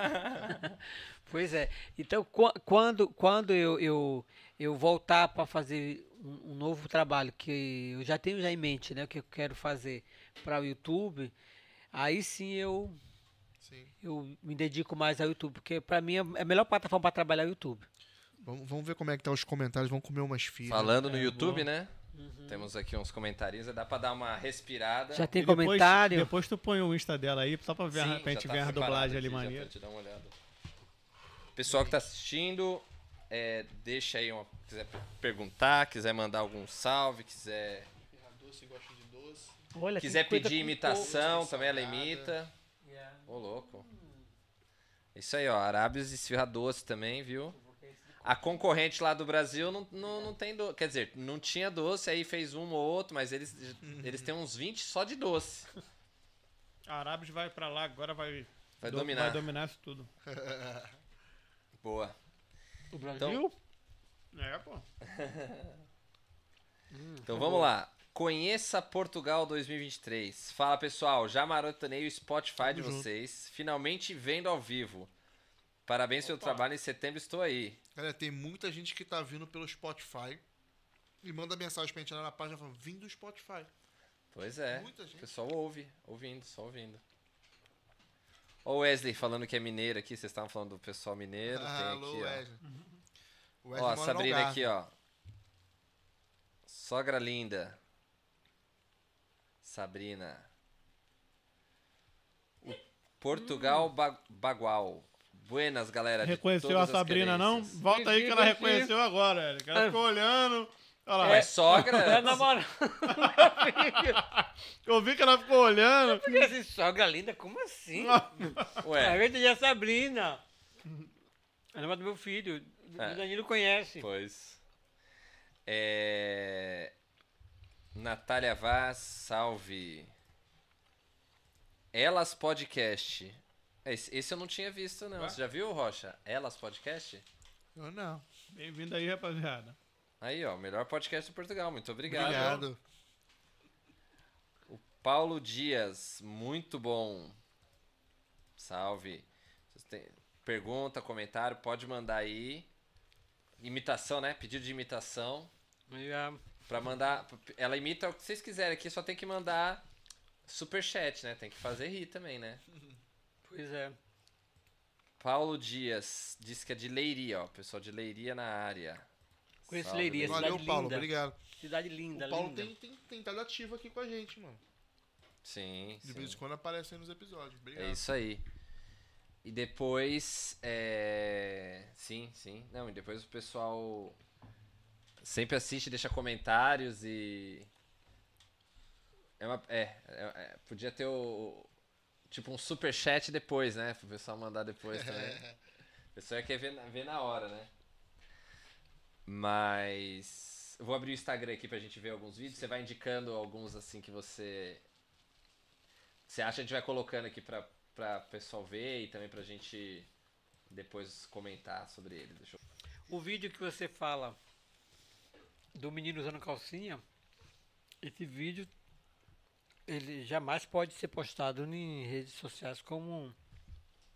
Pois é. Então, qu- quando, quando eu, eu, eu voltar para fazer um, um novo trabalho, que eu já tenho já em mente, né, o que eu quero fazer para o YouTube, aí sim eu, Sim. eu me dedico mais ao YouTube, porque para mim é a melhor plataforma para trabalhar é o YouTube. Vamos, vamos ver como é que tá os comentários. Vamos comer umas filhas. Falando no É, YouTube, bom. né? Temos aqui uns comentários, dá pra dar uma respirada. Já tem E depois- comentário? Depois tu põe o Insta dela aí, só pra, ver, Sim, pra gente já tá ver a preparado dublagem ali aqui, já maneira. pra te dar uma olhada. Pessoal que tá assistindo, é, deixa aí uma. Quiser per- perguntar, quiser mandar algum salve, quiser. Doce, gosta de doce. Olha, tem Quiser coisa pedir com imitação, coco, também ela salgada. imita. coco. Yeah. Ô, louco. Isso aí, ó. Arábios e esfirra doce também, viu? A concorrente lá do Brasil não, não, não tem doce. Quer dizer, não tinha doce, aí fez um ou outro, mas eles, eles têm uns vinte só de doce. A Arábios vai pra lá, agora vai, Vai do- dominar. vai dominar isso tudo. Boa. O Brasil? Então- É, pô. Então vamos lá. Conheça Portugal dois mil e vinte e três. Fala, pessoal. Já maratonei o Spotify de junto. vocês. Finalmente vendo ao vivo. Parabéns pelo trabalho. Em setembro estou aí. Galera, tem muita gente que tá vindo pelo Spotify e manda mensagem pra gente lá na página falando, vim do Spotify. Pois é. Muita O gente. pessoal ouve. Ouvindo, só ouvindo. Ó o Wesley falando que é mineiro aqui. Vocês estavam falando do pessoal mineiro. Ah, Tem alô, aqui, ó. Wesley. O Ó, Wesley a mora no Sabrina Algarve. aqui, ó. Sogra linda. Sabrina. O Portugal ba Bagual. Buenas, galera. de Reconheceu a todas as Sabrina, não? querências. Volta aí que ela Sim, sim. reconheceu agora, velho. Que ela ficou olhando. Olha lá. É sogra? É namorado. Eu vi que ela ficou olhando. Porque assim, sogra linda, como assim? A Ué, gente é a Sabrina. É namorada do meu filho. É. O Danilo conhece. pois. É... Natália Vaz, salve. Elas Podcast. Esse, esse eu não tinha visto, não. Você já viu, Rocha? Elas Podcast? Eu não. Bem-vindo aí, rapaziada. Aí, ó, melhor podcast de Portugal. Muito obrigado. Obrigado. O Paulo Dias, muito bom. Salve. Vocês têm pergunta, comentário, pode mandar aí. Imitação, né? Pedido de imitação. E, ah, Pra mandar. Ela imita o que vocês quiserem aqui, só tem que mandar superchat, né? Tem que fazer rir também, né? Pois é. Paulo Dias, diz que é de Leiria, ó. Pessoal de Leiria na área. Conheço Salve, Leiria, Leiria. Valeu, cidade Paulo. linda. Obrigado. Cidade linda, o Paulo linda. tem, tem, tem estado ativo aqui com a gente, mano. Sim, De sim. vez em quando aparece aí nos episódios. Obrigado. É isso aí. E depois. É... Sim, sim. Não, e depois o pessoal sempre assiste, deixa comentários e. É uma. É, é- é, podia ter o. Tipo um superchat depois, né? Pro pessoal mandar depois também. O pessoal quer ver na, ver na hora, né? Mas. Eu vou abrir o Instagram aqui pra gente ver alguns vídeos. Você vai indicando alguns assim que você. Você acha que a gente vai colocando aqui pra, pra pessoal ver e também pra gente depois comentar sobre ele. Deixa eu... O vídeo que você fala do menino usando calcinha, esse vídeo ele jamais pode ser postado em redes sociais como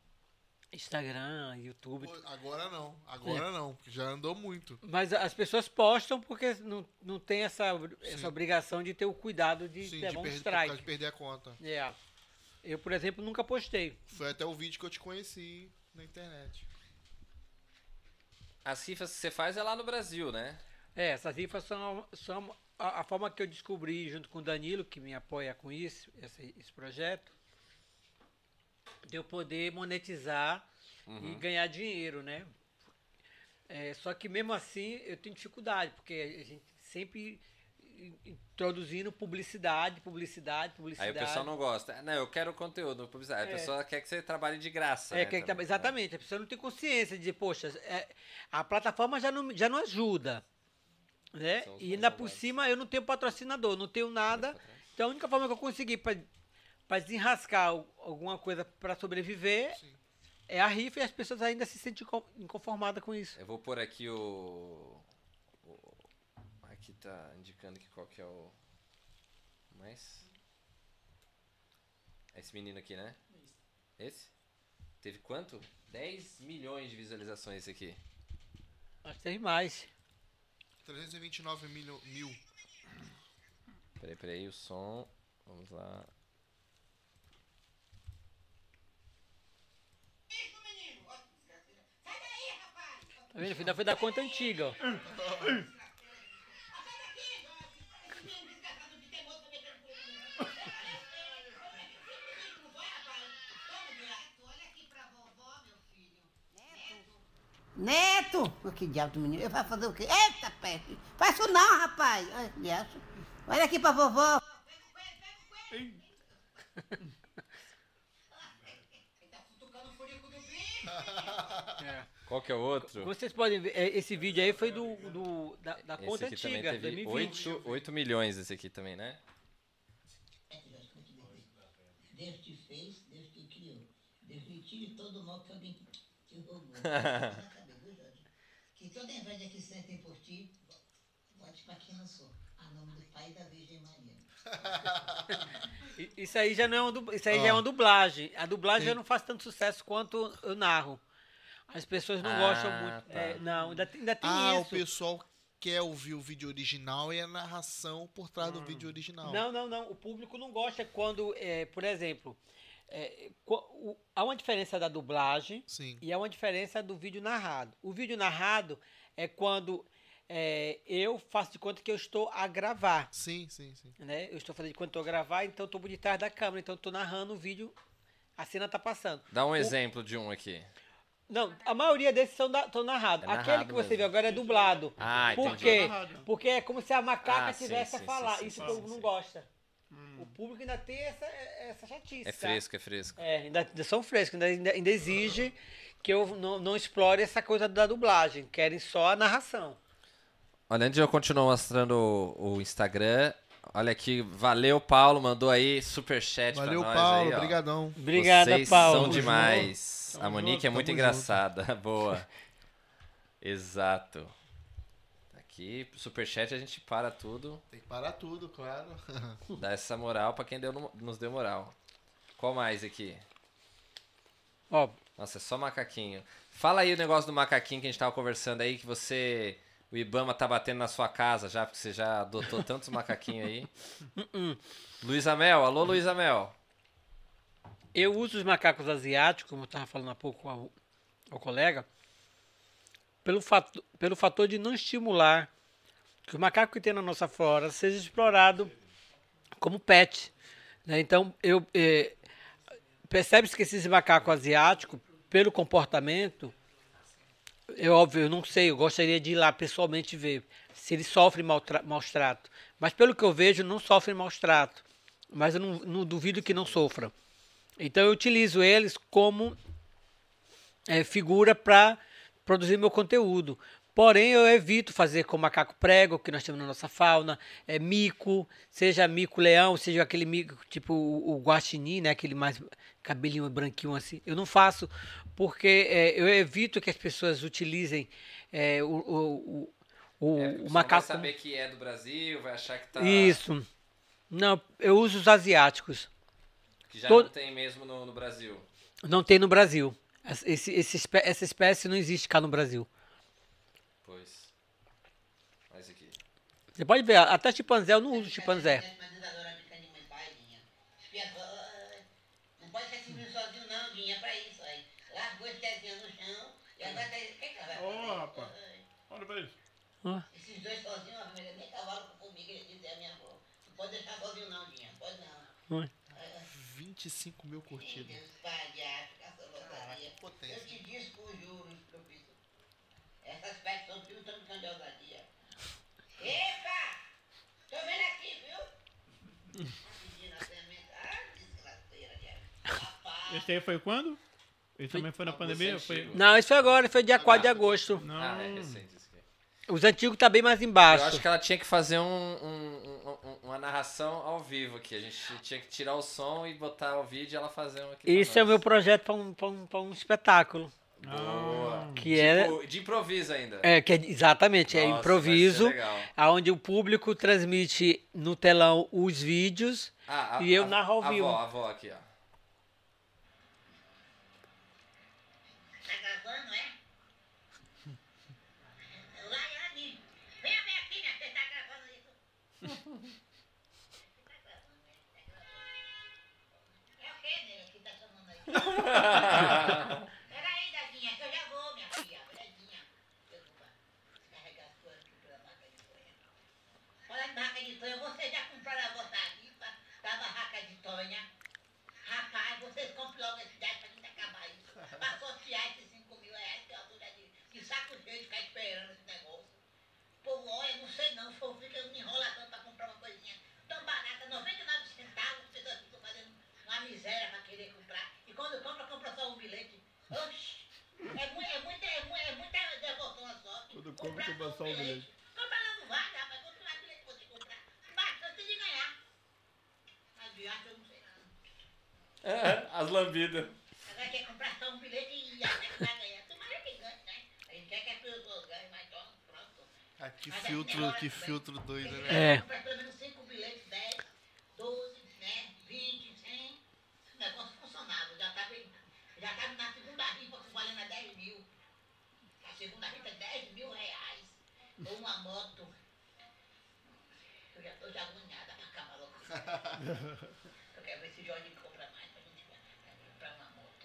Instagram, YouTube. Pô, agora não, agora É. não, porque já andou muito. Mas as pessoas postam porque não, não tem essa, essa Sim. obrigação de ter o cuidado de Sim, de levar um perder, por causa strike. de perder a conta. É. Eu, por exemplo, nunca postei. Foi até o vídeo que eu te conheci na internet. As rifas que você faz é lá no Brasil, né? É, essas rifas são, são a, a forma que eu descobri junto com o Danilo, que me apoia com isso, esse, esse projeto, de eu poder monetizar e ganhar dinheiro, né? É, só que mesmo assim eu tenho dificuldade, porque a gente sempre introduzindo publicidade, publicidade, Aí publicidade. o pessoal não gosta. Não, eu quero conteúdo, publicidade. A É. pessoa quer que você trabalhe de graça. É, né, que, que- também. exatamente, a pessoa não tem consciência de dizer, poxa, é, a plataforma já não, já não ajuda. Né? São os E mais ainda por malvados. cima eu não tenho patrocinador, não tenho nada. Então a única forma que eu consegui para desenrascar al- alguma coisa para sobreviver Sim. é a rifa e as pessoas ainda se sentem inco- inconformadas com isso. Eu vou pôr aqui o... o- Aqui tá indicando que qual que é o... Mais... Esse menino aqui, né? Esse? Teve quanto? dez milhões de visualizações esse aqui. Acho que tem mais. trezentos e vinte e nove mil. mil. Peraí, peraí, o som... Vamos lá. Tá vendo? Ainda foi da conta antiga, ó. Neto! Oh, que diabo do menino. Eu vou fazer o quê? Eita, peste! Faz isso não, rapaz! Olha, que diacho. Olha aqui pra vovó. Qual que é o outro? Vocês podem ver, é, esse vídeo aí foi do, do- da, da Esse conta aqui também antiga, teve dois mil e vinte. oito, oito milhões esse aqui também, né? Deus te fez, Deus te criou. Deus lhe tire todo o mal que alguém te roubou. Que toda inveja que sentem por ti, volte para quem lançou. A nome do Pai e da Virgem Maria. I- Isso aí já não é uma, du- isso aí Ó. já é uma dublagem. A dublagem Tem- já não faz tanto sucesso quanto eu narro. As pessoas não Ah, gostam muito. tá. É, não, ainda tem, ainda tem Ah, o isso. pessoal quer ouvir o vídeo original e a narração por trás do vídeo original. Não, não, não. O público não gosta quando, é, por exemplo, é, co- o- há uma diferença da dublagem Sim. e há uma diferença do vídeo narrado. O vídeo narrado é quando é, eu faço de conta que eu estou a gravar. Sim, sim, sim. Né? Eu estou fazendo de conta que eu estou a gravar, então eu estou por detrás da câmera, então eu estou narrando o vídeo, a cena está passando. Dá um exemplo de um aqui. Não, a maioria desses são, da, são narrados. É Aquele narrado que você mesmo. vê agora é dublado. Ah, Por entendi. quê? Narrado. Porque é como se a macaca Ah, sim, tivesse sim, a falar. sim, Isso sim, o povo sim, não sim. gosta. O público ainda tem essa, essa chatice. É tá? fresco, é fresco. É, ainda, ainda são frescos, ainda, ainda, ainda exige que eu não, não explore essa coisa da dublagem. Querem só a narração. Olha, antes de eu continuar mostrando o, o Instagram, olha aqui, valeu, Paulo, mandou aí superchat pra Valeu, nós Paulo. aí, ó. Obrigadão. Obrigada, Vocês Paulo. são Tamo demais. Tamo A Monique junto, é muito tamo engraçada. Boa. Exato. Aqui, superchat a gente para tudo, Tem que parar tudo, claro. dá essa moral pra quem deu, no- nos deu moral. Qual mais aqui? Ó, Nossa, é só macaquinho. Fala aí o negócio do macaquinho que a gente tava conversando aí, que você... O Ibama tá batendo na sua casa já, porque você já adotou tantos macaquinhos aí. Luísa Mel, alô Luísa Mel. eu uso os macacos asiáticos, como eu estava falando há pouco ao, ao colega, pelo fato, pelo fator de não estimular que o macaco que tem na nossa flora seja explorado como pet. Né? Então, eu eh, percebe-se que esses macacos asiáticos, pelo comportamento, é óbvio, eu não sei, eu gostaria de ir lá pessoalmente ver se eles sofrem maltra- maus trato. Mas pelo que eu vejo, não sofrem maus trato. Mas eu não, não duvido que não sofram. Então eu utilizo eles como eh, figura para produzir meu conteúdo. Porém, eu evito fazer com macaco prego, que nós temos na nossa fauna, é, mico, seja mico-leão, seja aquele mico tipo o, o guaxinim, né, aquele mais cabelinho branquinho assim. Eu não faço porque é, eu evito que as pessoas utilizem é, o, o, o, o, É, o pessoal macaco. vai saber que é do Brasil, vai achar que tá... Isso. Não, eu uso os asiáticos. Que já Todo- não tem mesmo no, no Brasil. Não tem no Brasil. Esse, esse, espé- essa espécie não existe cá no Brasil. Pois. Mas aqui. Você pode ver, até chimpanzé, eu não uso chimpanzé. Não pode ser simplesmente sozinho, não, Dinha, pra isso aí. Largou esse pezinho no chão e agora tá. O que é que ela vai Ô, fazer? rapaz. Olha pra isso. Ó. Esses dois sozinhos, a família nem cavalo com formiga, ele diz, é a minha avó. Não pode deixar sozinho, não, Dinha. Pode não. Ó. vinte e cinco mil curtidas. Deus, palhaço, caçolotaria. Eu potência. te disse com juros, professor. Essas festas são tudo tão tão de ousadia. Epa! Tô vendo aqui, viu? Pedindo a semente. Ah, desgraceira, Diego. Rapaz. Esse aí foi quando? Esse também foi na Não, pandemia? você Foi... antigo. Não, isso foi agora, foi dia quatro de agosto. Não. Ah, é recente isso aqui. Os antigos tá bem mais Eu embaixo. acho que ela tinha que fazer um, um- um- um- uma narração ao vivo aqui. A gente tinha que tirar o som e botar o vídeo e ela fazer um aqui pra Isso é o nós. meu projeto para um, pra um, pra um espetáculo. Boa. Que é, Tipo, de improviso ainda. é, que é exatamente, é Nossa, improviso, vai ser legal. onde o público transmite no telão os vídeos. Ah, a- E eu a- narro ao a vivo. avó, a avó aqui, ó. Tá gravando, é? Laiane, venha ver aqui, né? Você tá gravando isso? Tá gravando, né? Tá gravando. É o quê, né? Que tá chamando aí? Peraí, Dadinha, que eu já vou, minha filha. Dadinha. Desculpa. Carregar as coisas aqui pela barraca de Tonha. Olha a barraca de Tonha. Vocês já compraram a vossa rifa da barraca de Tonha? Rapaz, vocês comprem logo esse dez pra gente acabar isso. Pra sortear esses cinco mil reais que eu tô já de, de saco cheio de ficar esperando esse negócio. Pô, olha, não sei não, se eu fica me enrolação pra comprar uma coisinha tão barata, noventa e nove centavos, as pessoas ficam fazendo uma miséria pra querer comprar. E quando compra, compra só um bilhete. Oxi, é, mu é, muita, é, mu é muita devoção a sorte. Quando compra, compra só um bilhete. Compra lá no vale, rapaz, quanto mais bilhete você comprar, bastante de ganhar. Mas viagem eu não sei não. As lambidas. Agora quer comprar só um bilhete e acha que vai ganhar. Tomara que ganhe, né? A gente quer que as pessoas ganhem, mas então, pronto. Ah, que Mas filtro, é que melhor, filtro doido, né? É. Comprar pelo menos cinco bilhetes, dez, doze, né? vinte, cem. O negócio funcionava. Já estava já tava na segunda rifa valendo a dez mil. A segunda rifa é dez mil reais. Ou uma moto. Eu já estou já agoniada pra acabar logo. Eu quero ver se o Jorge compra mais pra gente comprar uma moto.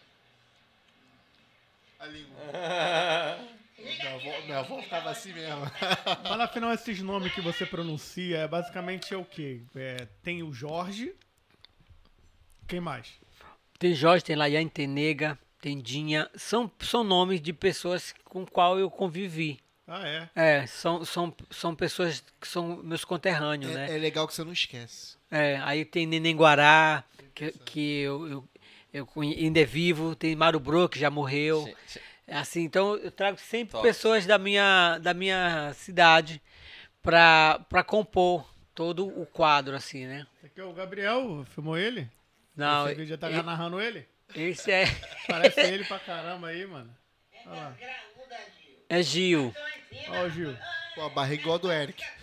A língua. Minha avó, minha avó ficava assim mesmo. Mas afinal, esses nomes que você pronuncia, é basicamente é o quê? É, tem o Jorge. Quem mais? Tem Jorge, tem Laiane, tem Nega, tem Dinha. São, são nomes de pessoas com qual eu convivi. Ah, é. É, são, são, são pessoas que são meus conterrâneos, né? É, é legal que você não esquece. É, aí tem Neném Guará, que, que eu, eu, eu conhe- ainda é vivo. Tem Maru Bro, que já morreu. Sim, sim. É assim, então eu trago sempre Top. pessoas da minha, da minha cidade pra, pra compor todo o quadro, assim, né? Esse aqui é o Gabriel, filmou ele? Não, Esse vídeo já tá e- narrando ele? esse é, Parece ele pra caramba aí, mano. Olha lá. Graúda, Gil. é Gil. Estão em cima. Ó o Gil. Pô, a barriga igual a do Eric. Ih,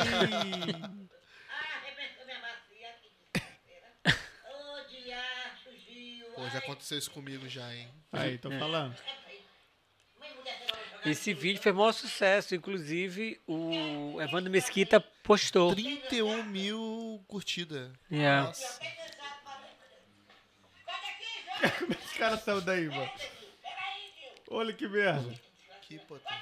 Ah, arrebentou minha bacia aqui, desgraceira. Ô, diacho, Gil. Pô, já aconteceu isso comigo já, hein? aí, tô falando. Esse vídeo fez maior sucesso, inclusive o Evandro Mesquita postou. trinta e um mil curtidas. Yeah. Nossa. Como é que esse cara saiu daí, mano? Olha que merda. Que potência.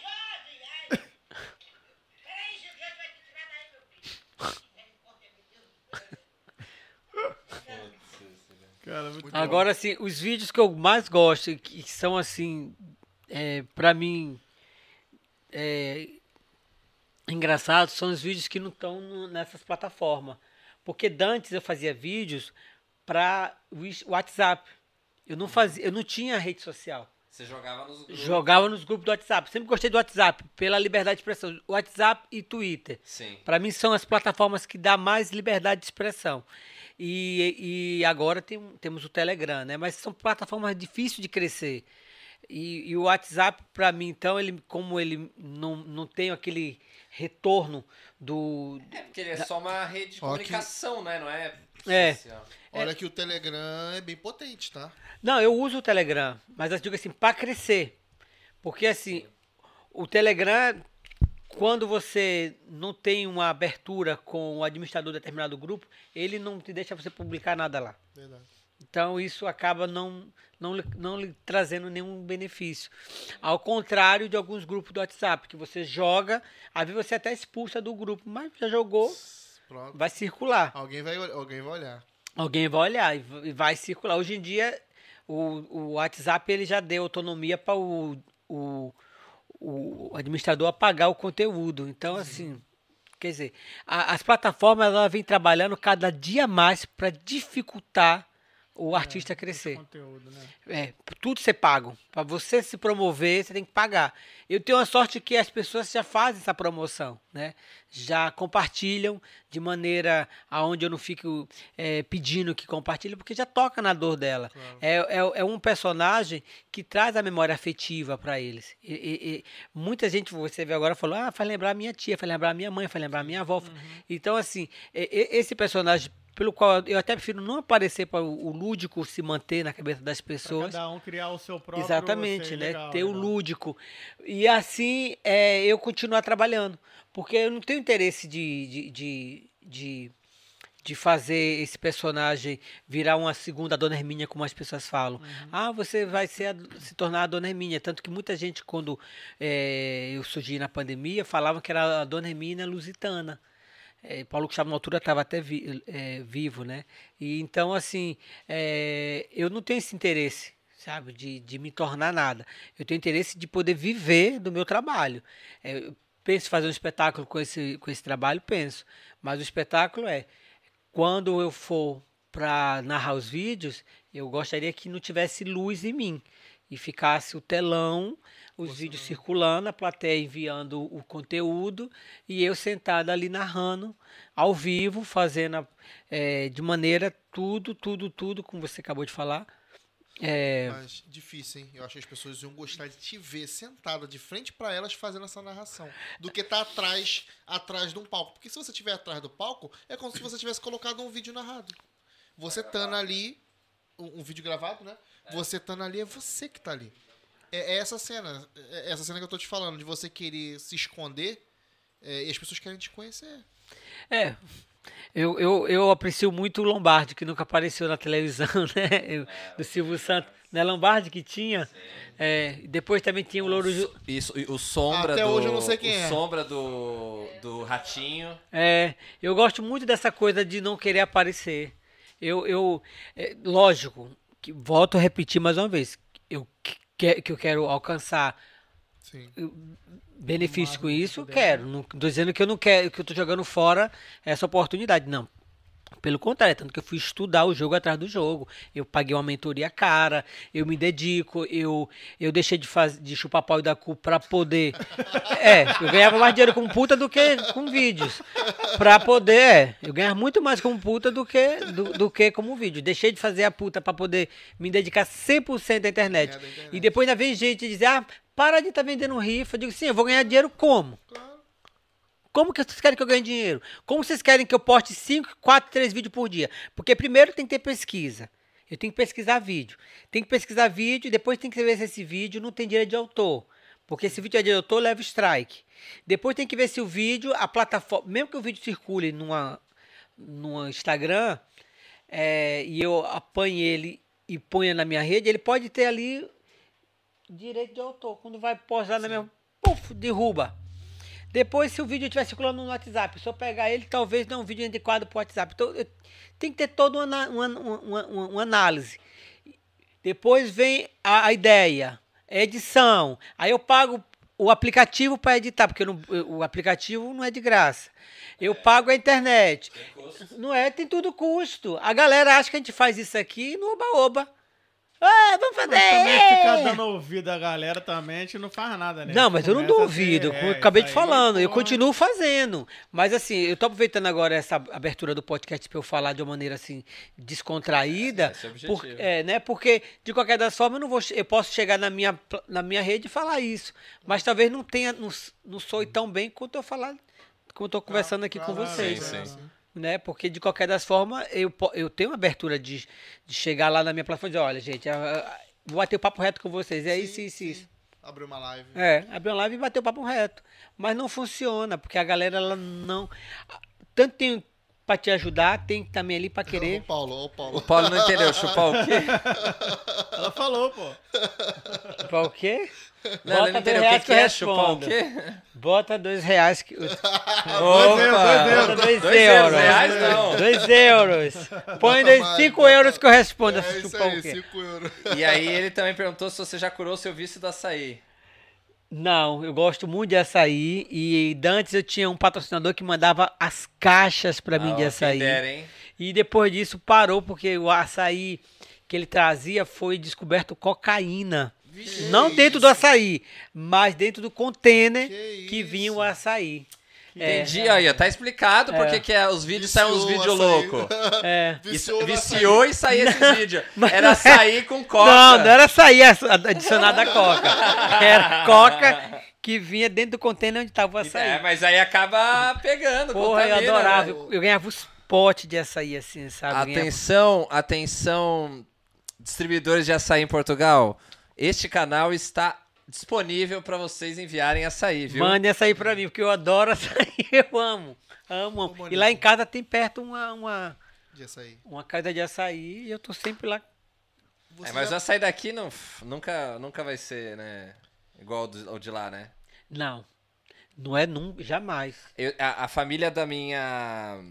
Cara, muito Agora, assim, os vídeos que eu mais gosto, que são, assim, é, pra mim, é, engraçados, são os vídeos que não estão nessas plataformas. Porque antes eu fazia vídeos para o WhatsApp. Eu não, fazia, eu não tinha rede social. Você jogava nos grupos. Jogava nos grupos do WhatsApp. Sempre gostei do WhatsApp, pela liberdade de expressão. WhatsApp e Twitter. Sim. Para mim são as plataformas que dão mais liberdade de expressão. E, e agora tem, temos o Telegram, né? Mas são plataformas difíceis de crescer. E, e o WhatsApp, para mim, então, ele, como ele não, não tem aquele retorno do... É porque ele é só uma rede de Ó, comunicação, né? Não é É. social. Olha que o Telegram é bem potente, tá? Não, eu uso o Telegram, mas eu digo assim, para crescer. Porque, assim, o Telegram, quando você não tem uma abertura com o administrador de determinado grupo, ele não te deixa você publicar nada lá. Verdade. Então, isso acaba não, não, lhe- não lhe trazendo nenhum benefício. Ao contrário de alguns grupos do WhatsApp, que você joga, às vezes você até expulsa do grupo, mas já jogou, Pronto. vai circular. Alguém vai, ol- alguém vai olhar. Alguém vai olhar e v- e vai circular. Hoje em dia, o, o WhatsApp ele já deu autonomia para o, o, o administrador apagar o conteúdo. Então, assim, quer dizer, a- as plataformas elas vêm trabalhando cada dia mais para dificultar o artista crescer. Conteúdo, né? É, tudo ser pago. Para você se promover, você tem que pagar. Eu tenho a sorte que as pessoas já fazem essa promoção, né? Já compartilham de maneira aonde eu não fico é, pedindo que compartilhe, porque já toca na dor dela. É, é, é um personagem que traz a memória afetiva para eles. E, e- e muita gente, você vê agora, falou, ah, faz lembrar a minha tia, faz lembrar a minha mãe, faz lembrar a minha avó. Então, assim, e- e- esse personagem pelo qual eu até prefiro não aparecer para o o lúdico se manter na cabeça das Pra pessoas. cada um criar o seu próprio... Exatamente, ser né? legal, Ter o legal. lúdico. E assim é, eu continuar trabalhando. Porque eu não tenho interesse de, de, de, de, de fazer esse personagem virar uma segunda Dona Hermínia, como as pessoas falam. Ah, você vai ser a- se tornar a Dona Hermínia. Tanto que muita gente, quando é, eu surgi na pandemia, falava que era a Dona Hermínia lusitana. É, Paulo Gustavo na altura estava até vi- é, vivo, né? E então, assim, é, eu não tenho esse interesse, sabe, de, de me tornar nada. Eu tenho interesse de poder viver do meu trabalho. É, eu penso em fazer um espetáculo com esse, com esse trabalho, penso. Mas o espetáculo é, quando eu for para narrar os vídeos, eu gostaria que não tivesse luz em mim. E ficasse o telão, os vídeos circulando, a plateia enviando o conteúdo e eu sentado ali narrando ao vivo, fazendo a- eh, de maneira tudo, tudo, tudo, como você acabou de falar. É, Mas difícil, hein? Eu acho que as pessoas iam gostar de te ver sentada de frente pra elas fazendo essa narração. Do que tá atrás, atrás de um palco. Porque se você estiver atrás do palco, é como se você tivesse colocado um vídeo narrado. Você estando ali, um, um vídeo gravado, né? Você estando ali, é você que tá ali. É, é essa cena, é essa cena que eu tô te falando, de você querer se esconder é, e as pessoas querem te conhecer. é, eu, eu, eu aprecio muito o Lombardi, que nunca apareceu na televisão, né? Eu- do Silvio Santos. Não é Lombardi que tinha? É, depois também tinha o Louro... Ju- Isso, e o Sombra Até do... hoje eu não sei quem o é. Sombra do, do Ratinho. É, eu gosto muito dessa coisa de não querer aparecer. Eu, eu é, lógico, que, volto a repetir mais uma vez, eu que, que eu quero alcançar Sim. benefício com isso, eu quero. Não tô dizendo que eu não quero, que eu tô jogando fora essa oportunidade, não. Pelo contrário, tanto que eu fui estudar o jogo atrás do jogo. Eu paguei uma mentoria cara, eu me dedico, eu, eu deixei de, faz, de chupar pau e dar cu pra poder. É, eu ganhava mais dinheiro com puta do que com vídeos. Pra poder, é, eu ganhava muito mais com puta do que, do, do que como vídeo. Deixei de fazer a puta pra poder me dedicar cem por cento à internet. É, da internet. E depois ainda vem gente dizer, ah, para de estar vendendo rifa. Eu digo, sim, eu vou ganhar dinheiro como? Claro. Como que vocês querem que eu ganhe dinheiro? Como vocês querem que eu poste cinco, quatro, três vídeos por dia? Porque primeiro tem que ter pesquisa. Eu tenho que pesquisar vídeo. Tem que pesquisar vídeo e depois tem que ver se esse vídeo não tem direito de autor. Porque se o vídeo é de autor, leva strike. Depois tem que ver se o vídeo, a plataforma, mesmo que o vídeo circule numa, numa Instagram, é, e eu apanhe ele e ponha na minha rede, ele pode ter ali direito de autor. Quando vai postar na minha... Puf, derruba. Depois, se o vídeo estiver circulando no WhatsApp, se eu pegar ele, talvez não um vídeo adequado para o WhatsApp. Então, eu, tem que ter toda uma, uma, uma, uma, uma análise. Depois vem a, a ideia, a edição. Aí eu pago o aplicativo para editar, porque eu não, eu- o aplicativo não é de graça. Eu pago a internet. Não é, tem tudo custo. A galera acha que a gente faz isso aqui no oba-oba. Ah, vamos fazer. Mas também é. ficar dando ouvido à galera também, a gente não faz nada, né? Não, mas eu não Começa dou a ouvido, ter- eu é, acabei te isso aí, falando, eu pô. continuo fazendo. Mas assim, eu tô aproveitando agora essa abertura do podcast pra eu falar de uma maneira assim, descontraída. Esse é o objetivo. por- é, né? Porque, de qualquer das formas, eu, não vou, che- eu posso chegar na minha, pla- na minha rede e falar isso. Mas talvez não tenha, não, s- não soe tão bem quanto eu falar, como eu tô conversando aqui com Claro, vocês. sim, sim. Né? Porque, de qualquer das formas, eu, po- eu tenho uma abertura de, de chegar lá na minha plataforma e dizer, olha, gente, a- a- vou bater o papo reto com vocês. É isso, Sim, isso, sim. isso. Abriu uma live. É, abrir uma live e bater o papo reto. Mas não funciona, porque a galera, ela não... Tanto tem pra te ajudar, tem também ali pra Ô, querer... Paulo, ô, O Paulo. Paulo não entendeu. Chupar o quê? Ela falou, pô. Pra o quê? Não, ele não entendeu. O que, que é chupar o quê? Bota dois reais que... Opa! Bota dois, Dois euros. reais, não. Dois euros. Põe dois, mais, cinco bota- euros que eu respondo. É se isso chupar aí, o quê? cinco euros. E aí ele também perguntou se você já curou seu vício do açaí. Não, eu gosto muito de açaí. E antes eu tinha um patrocinador que mandava as caixas pra mim Ah, de ó, açaí. quem dera, hein? E depois disso parou, porque o açaí que ele trazia foi descoberto cocaína. Vixe, Não que dentro isso? do açaí, mas dentro do container Que que, vinha isso? o açaí. É, Entendi, aí, ó, tá explicado porque que é, os vídeos saem uns Viciou vídeos açaí. loucos. é. Viciou, no Viciou e saía esses vídeos. mas Era não é- açaí com coca. Não, não era açaí adicionado à coca. Era coca que vinha dentro do container onde tava o açaí. É, mas aí acaba pegando, Porra, eu contamina, adorava. né? Eu, eu ganhava os potes de açaí assim, sabe? Eu ganhava- Atenção, atenção, distribuidores de açaí em Portugal. Este canal está disponível para vocês enviarem açaí, viu? Mande açaí pra mim, porque eu adoro açaí. Eu amo. Amo. amo. Ô, E lá em casa tem perto uma, uma, De açaí. uma casa de açaí e eu tô sempre lá. Você É, mas o já- açaí daqui não, nunca, nunca vai ser, né, igual ao do- ao de lá, né? Não. Não é nunca, jamais. Eu- a, a família da minha...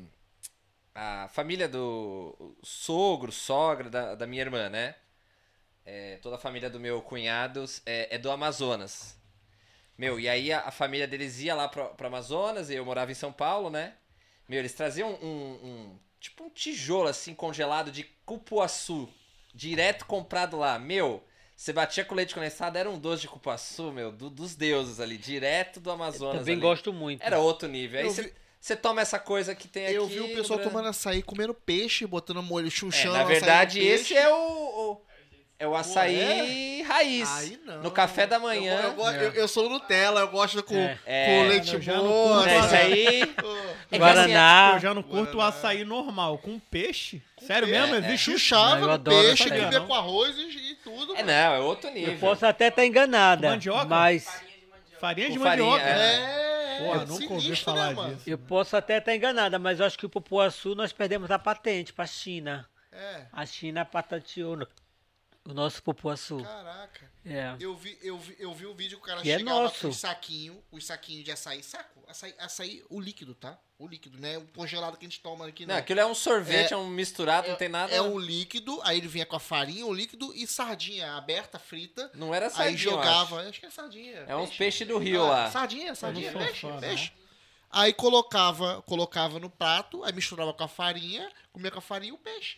A família do sogro, sogra da, da minha irmã, né? É, toda a família do meu cunhado é, é do Amazonas. Meu, e aí a, a família deles ia lá pro, pro Amazonas e eu morava em São Paulo, né? Meu, eles traziam um, um tipo um tijolo assim congelado de cupuaçu, direto comprado lá. Meu, você batia com leite condensado, era um doce de cupuaçu, meu, do- dos deuses ali, direto do Amazonas. Também ali. gosto muito. Era outro nível. Aí Eu você vi- você toma essa coisa que tem aqui. Eu vi o pessoal no Brasil. tomando açaí, comendo peixe, botando molho, É, chuchando. na açaí no verdade, peixe. esse é o, o- é o açaí raiz. Aí não. No café da Eu, manhã. eu, go- eu, eu sou Nutella, eu gosto com, É. É. com leite Eu já não bom. curto É, assim. isso aí. É que Guaraná. Eu já não curto o Guaraná. açaí normal, com peixe. Sério peixe. mesmo? É, Existe isso? Chuchava Não, eu no adoro peixe, açaí. comia Não. com arroz e, e tudo. É, mano. não, é outro nível. Eu posso até estar enganada. Mandioca? Mas Farinha de Com farinha, mandioca. é. É, Pô, é nunca ouvi sinistro, falar né, mano? disso. eu posso até estar enganada, mas eu acho que o Pupuaçu nós perdemos a patente pra China. É, A China patenteou no- o nosso Pupuaçu. caraca. É. Eu vi, eu vi, eu vi o vídeo que o cara E é chegava nosso. com os saquinhos, os saquinhos de açaí, saco, açaí, açaí, o líquido, tá? O líquido, né? O congelado que a gente toma aqui, Não, não. aquilo é um sorvete, é, É- um misturado, não tem nada. É um líquido, aí ele vinha com a farinha, o líquido e sardinha aberta, frita. Não era sardinha, Aí jogava, eu acho. acho. que é sardinha. É uns peixe. peixes do rio Ah, lá. Sardinha, sardinha, Eu não sou peixe, fã, peixe. Aí colocava, colocava no prato, aí misturava com a farinha, comia com a farinha e o peixe.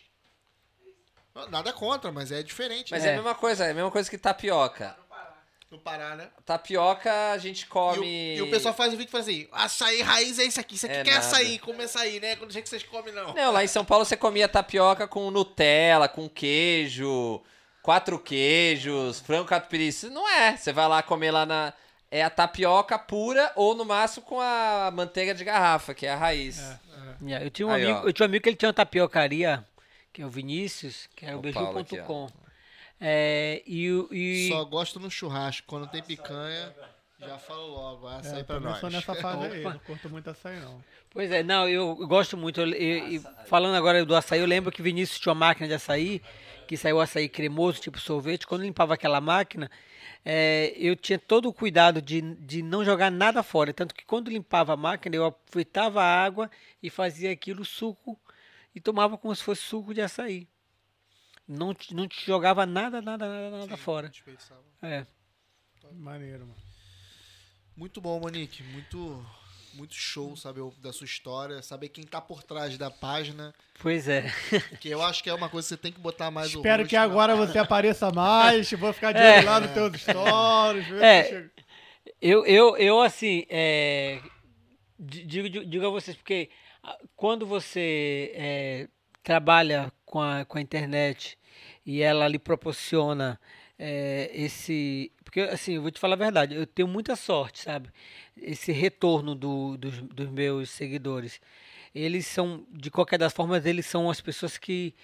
Nada contra, mas é diferente. Mas né? é. a mesma coisa, é a mesma coisa que tapioca. No Pará, né? Tapioca a gente E come. o, e o pessoal faz o vídeo e fala assim: açaí raiz é isso aqui, isso aqui É que é nada. açaí, come açaí, né? Quando jeito que vocês comem, não. Não, lá em São Paulo você comia tapioca com Nutella, com queijo, quatro queijos, frango catupiry. Isso não é. Você vai lá comer lá na. É a tapioca pura ou no máximo com a manteiga de garrafa, que é a raiz. Yeah, Eu tinha um Aí, amigo, ó. eu tinha um amigo que ele tinha uma tapiocaria, que é o Vinícius, que era o Ó, o beiju Paulo aqui, ponto com. É, e, o- e Só gosto no churrasco. Quando tem picanha, já falo logo. Açaí É, pra também nós. sou nessa fase aí, Opa. não curto muito açaí não. Pois é, não, eu gosto muito. Eu- eu- e falando agora do açaí, eu lembro que o Vinícius tinha uma máquina de açaí, que saiu açaí cremoso, tipo sorvete. Quando eu limpava aquela máquina, é, eu tinha todo o cuidado de, de não jogar nada fora. Tanto que quando limpava a máquina, eu aproveitava a água e fazia aquilo suco e tomava como se fosse suco de açaí. Não, te- não te jogava nada, nada, nada, nada fora. É. Maneiro, mano. Muito bom, Monique. Muito. muito show saber o- da sua história, saber quem tá por trás da página, Pois é. que eu acho que é uma coisa que você tem que botar mais o Espero rosto que na agora página. você apareça mais. Vou ficar de É. olho lá nos teus stories. ver É. se chega. Eu, eu, eu assim, é, di- digo, digo digo a vocês, porque ah, quando você é, trabalha com a, com a internet e ela lhe proporciona é, esse. Porque, assim, eu vou te falar a verdade, eu tenho muita sorte, sabe? Esse retorno do- dos, dos meus seguidores. Eles são, de qualquer das formas, eles são as pessoas que,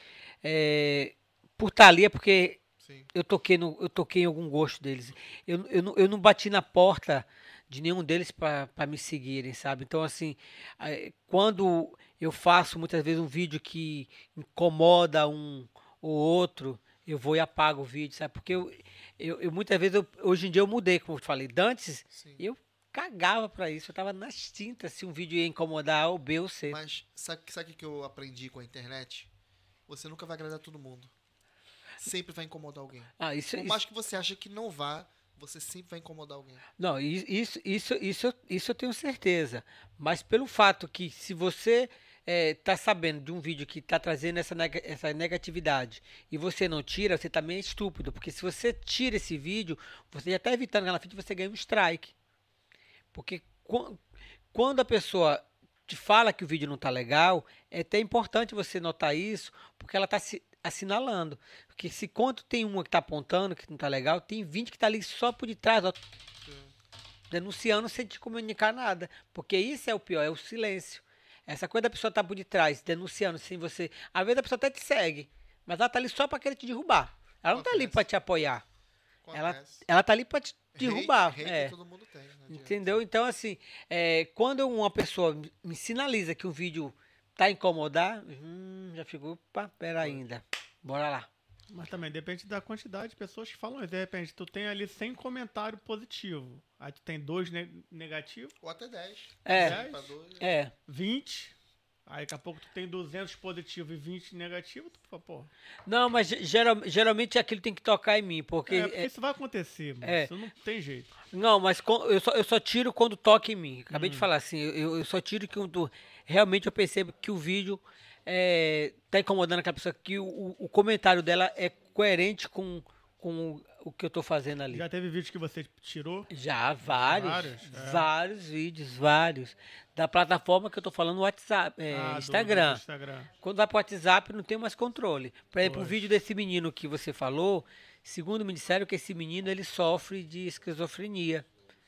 é, por estar ali, é porque Sim. eu toquei, no, eu toquei em algum gosto deles. Eu, eu, não, eu não bati na porta de nenhum deles para me seguirem, sabe? Então, assim, eh, quando eu faço muitas vezes um vídeo que incomoda um ou outro, eu vou e apago o vídeo, sabe? Porque eu, eu, eu muitas vezes, eu- hoje em dia eu mudei, como eu te falei. Antes, Sim. eu cagava pra isso. Eu tava nas tintas se um vídeo ia incomodar A ou B ou C. Mas sabe sabe o que eu aprendi com a internet? Você nunca vai agradar todo mundo. Sempre vai incomodar alguém. Ah, isso, Por isso, mais que você ache que não vá, você sempre vai incomodar alguém. Não, i- isso, isso, isso, eu- isso eu tenho certeza. Mas pelo fato que se você está sabendo de um vídeo que está trazendo essa, nega- essa negatividade e você não tira, você também é estúpido. Porque se você tira esse vídeo, você já está evitando que lá na frente você ganhe um strike. Porque quan- quando a pessoa te fala que o vídeo não está legal, é até importante você notar isso, porque ela está se assinalando. Porque se quando tem uma que está apontando que não está legal, tem vinte que está ali só por detrás, ó, denunciando sem te comunicar nada. Porque isso é o pior, é o silêncio. Essa coisa da pessoa estar por detrás, denunciando sem você. Às vezes a pessoa até te segue, mas ela tá ali só para querer te derrubar. Ela não tá ali Acontece. para te apoiar. Ela, Acontece. ela tá ali para te derrubar. Hate, hate é. todo mundo tem. Não adianta. Entendeu? Então, assim, é, quando uma pessoa me- me sinaliza que um vídeo tá a incomodar, hum, já ficou, opa, pera ainda. Bora lá. Mas também depende da quantidade de pessoas que falam. De repente, tu tem ali cem comentários positivos. Aí tu tem dois ne negativos, Ou até dez. É. dez pra dois. É. vinte. Aí daqui a pouco tu tem duzentos positivos e vinte negativos. Tu fala, pô. Não, mas ge- geral, geralmente aquilo tem que tocar em mim, porque. É, porque é- isso vai acontecer, mano. é. Isso não tem jeito. Não, mas com- eu, só, eu só tiro quando toca em mim. Acabei de Hum. falar assim, eu, eu só tiro quando realmente eu percebo que o vídeo é, tá incomodando aquela pessoa, que o, o- o comentário dela é coerente com, com o que eu tô fazendo ali. Já teve vídeo que você tirou? Já, vários. Vários, é. Vários vídeos, vários. Da plataforma que eu tô falando, WhatsApp, é, Ah, do- Instagram. do Instagram. Quando vai pro WhatsApp, não tem mais controle. Por exemplo, o Pois. vídeo desse menino que você falou, segundo me disseram que esse menino ele sofre de esquizofrenia.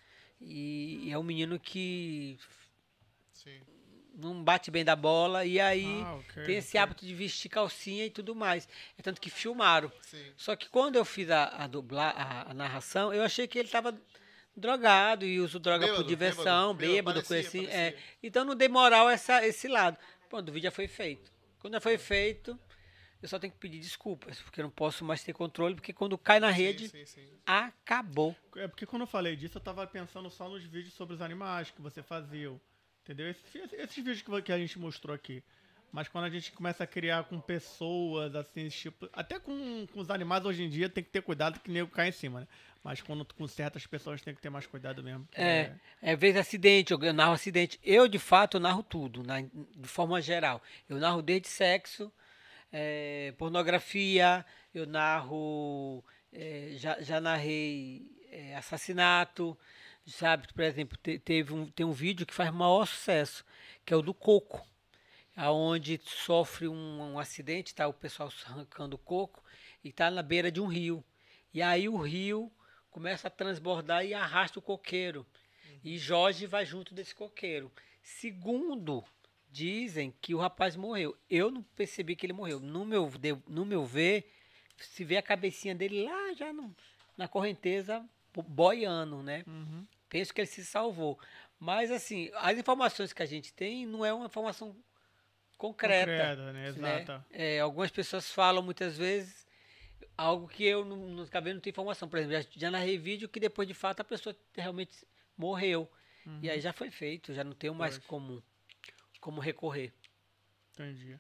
E, e é um menino que Sim. não bate bem da bola e aí Ah, ok, tem esse ok. hábito de vestir calcinha e tudo mais. É tanto que filmaram. Sim. Só que quando eu fiz a, a, dubla, a, a narração, eu achei que ele estava drogado e uso droga Bêbado, por diversão, bêbado, bêbado, bêbado, coisa assim. parecia, É. parecia. Então não dei moral a essa, esse lado. Pronto, o vídeo já foi feito. Quando já foi feito, eu só tenho que pedir desculpas, porque eu não posso mais ter controle, porque quando cai na rede, Sim, sim, sim. acabou. É porque quando eu falei disso, eu tava pensando só nos vídeos sobre os animais que você fazia. Entendeu? Esses, esses vídeos que, que a gente mostrou aqui. Mas quando a gente começa a criar com pessoas, assim, esse tipo. Até com, com os animais hoje em dia tem que ter cuidado que nego cai em cima, né? Mas quando com certas pessoas tem que ter mais cuidado mesmo. porque É, é vez acidente, eu narro acidente. Eu, de fato, eu narro tudo, na- de forma geral. Eu narro desde sexo, é, pornografia, eu narro, é, já, já narrei é, assassinato, sabe? Por exemplo, te- teve um, tem um vídeo que faz maior sucesso, que é o do coco, aonde sofre um, um acidente, tá o pessoal arrancando o coco e tá na beira de um rio. E aí o rio começa a transbordar e arrasta o coqueiro. E Jorge vai junto desse coqueiro. Segundo, dizem que o rapaz morreu. Eu não percebi que ele morreu. No meu, de- no meu ver, se vê a cabecinha dele lá já no, na correnteza, bo- boiando, né? Uhum. Penso que ele se salvou. Mas, assim, as informações que a gente tem não é uma informação concreta. Concreta, né? né? Exata. É, algumas pessoas falam muitas vezes algo que eu não, não acabei não ter informação. Por exemplo, já, já narrei vídeo que depois de fato a pessoa realmente morreu. E aí já foi feito, já não tenho mais Pois. como, como recorrer. Entendi.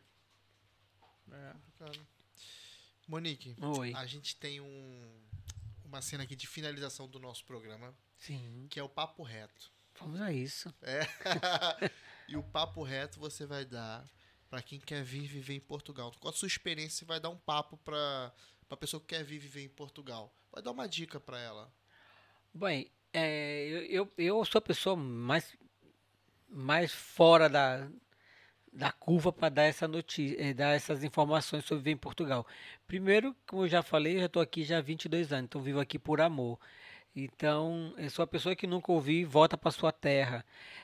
É. Bacana. Monique, Oi. a gente tem um, uma cena aqui de finalização do nosso programa, Sim. que é o papo reto. Vamos a isso. É. E o papo reto você vai dar para quem quer vir viver em Portugal. Qual a sua experiência você vai dar um papo para a pessoa que quer vir viver em Portugal? Vai dar uma dica para ela. Bem, é, eu, eu, eu sou a pessoa mais, mais fora da, da curva para dar essa notícia, dar essas informações sobre viver em Portugal. Primeiro, como eu já falei, eu já estou aqui já há vinte e dois anos, então vivo aqui por amor. Então, eu sou a pessoa que nunca ouvi, volta para sua terra.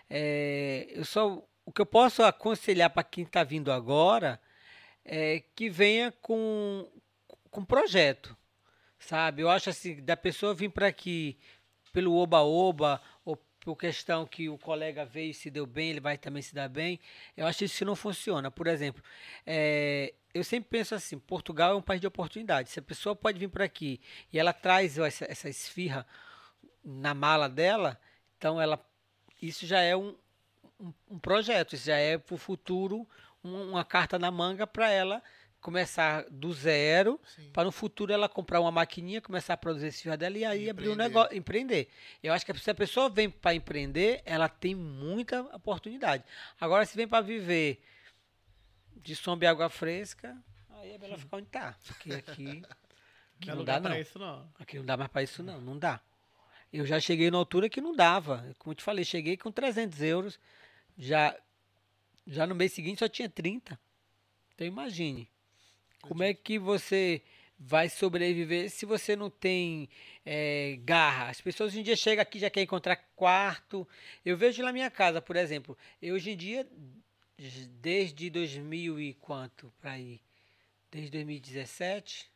É, eu sou, o que eu posso aconselhar para quem está vindo agora é que venha com, com projeto, sabe? Eu acho assim, da pessoa vir para aqui pelo oba-oba, ou por questão que o colega veio e se deu bem, ele vai também se dar bem, eu acho que isso não funciona. Por exemplo, é, eu sempre penso assim, Portugal é um país de oportunidade. Se a pessoa pode vir por aqui e ela traz essa, essa esfirra na mala dela, então ela, isso já é um, um, um projeto, isso já é para o futuro um, uma carta na manga para ela começar do zero, para no futuro ela comprar uma maquininha, começar a produzir esse esfirra dela e aí abrir um negócio, empreender. Eu acho que se a pessoa vem para empreender, ela tem muita oportunidade. Agora, se vem para viver de sombra e água fresca, aí é melhor ficar onde tá. Porque aqui, aqui não, não dá, não. Isso, não. Aqui não dá mais para isso, não. Não dá. Eu já cheguei na altura que não dava. Como eu te falei, cheguei com trezentos euros. Já, já no mês seguinte só tinha trinta. Então imagine. Como é que você vai sobreviver se você não tem é, garra? As pessoas hoje em dia chegam aqui e já querem encontrar quarto. Eu vejo na minha casa, por exemplo. Eu hoje em dia... Desde dois mil e quanto para aí? Desde dois mil e dezessete?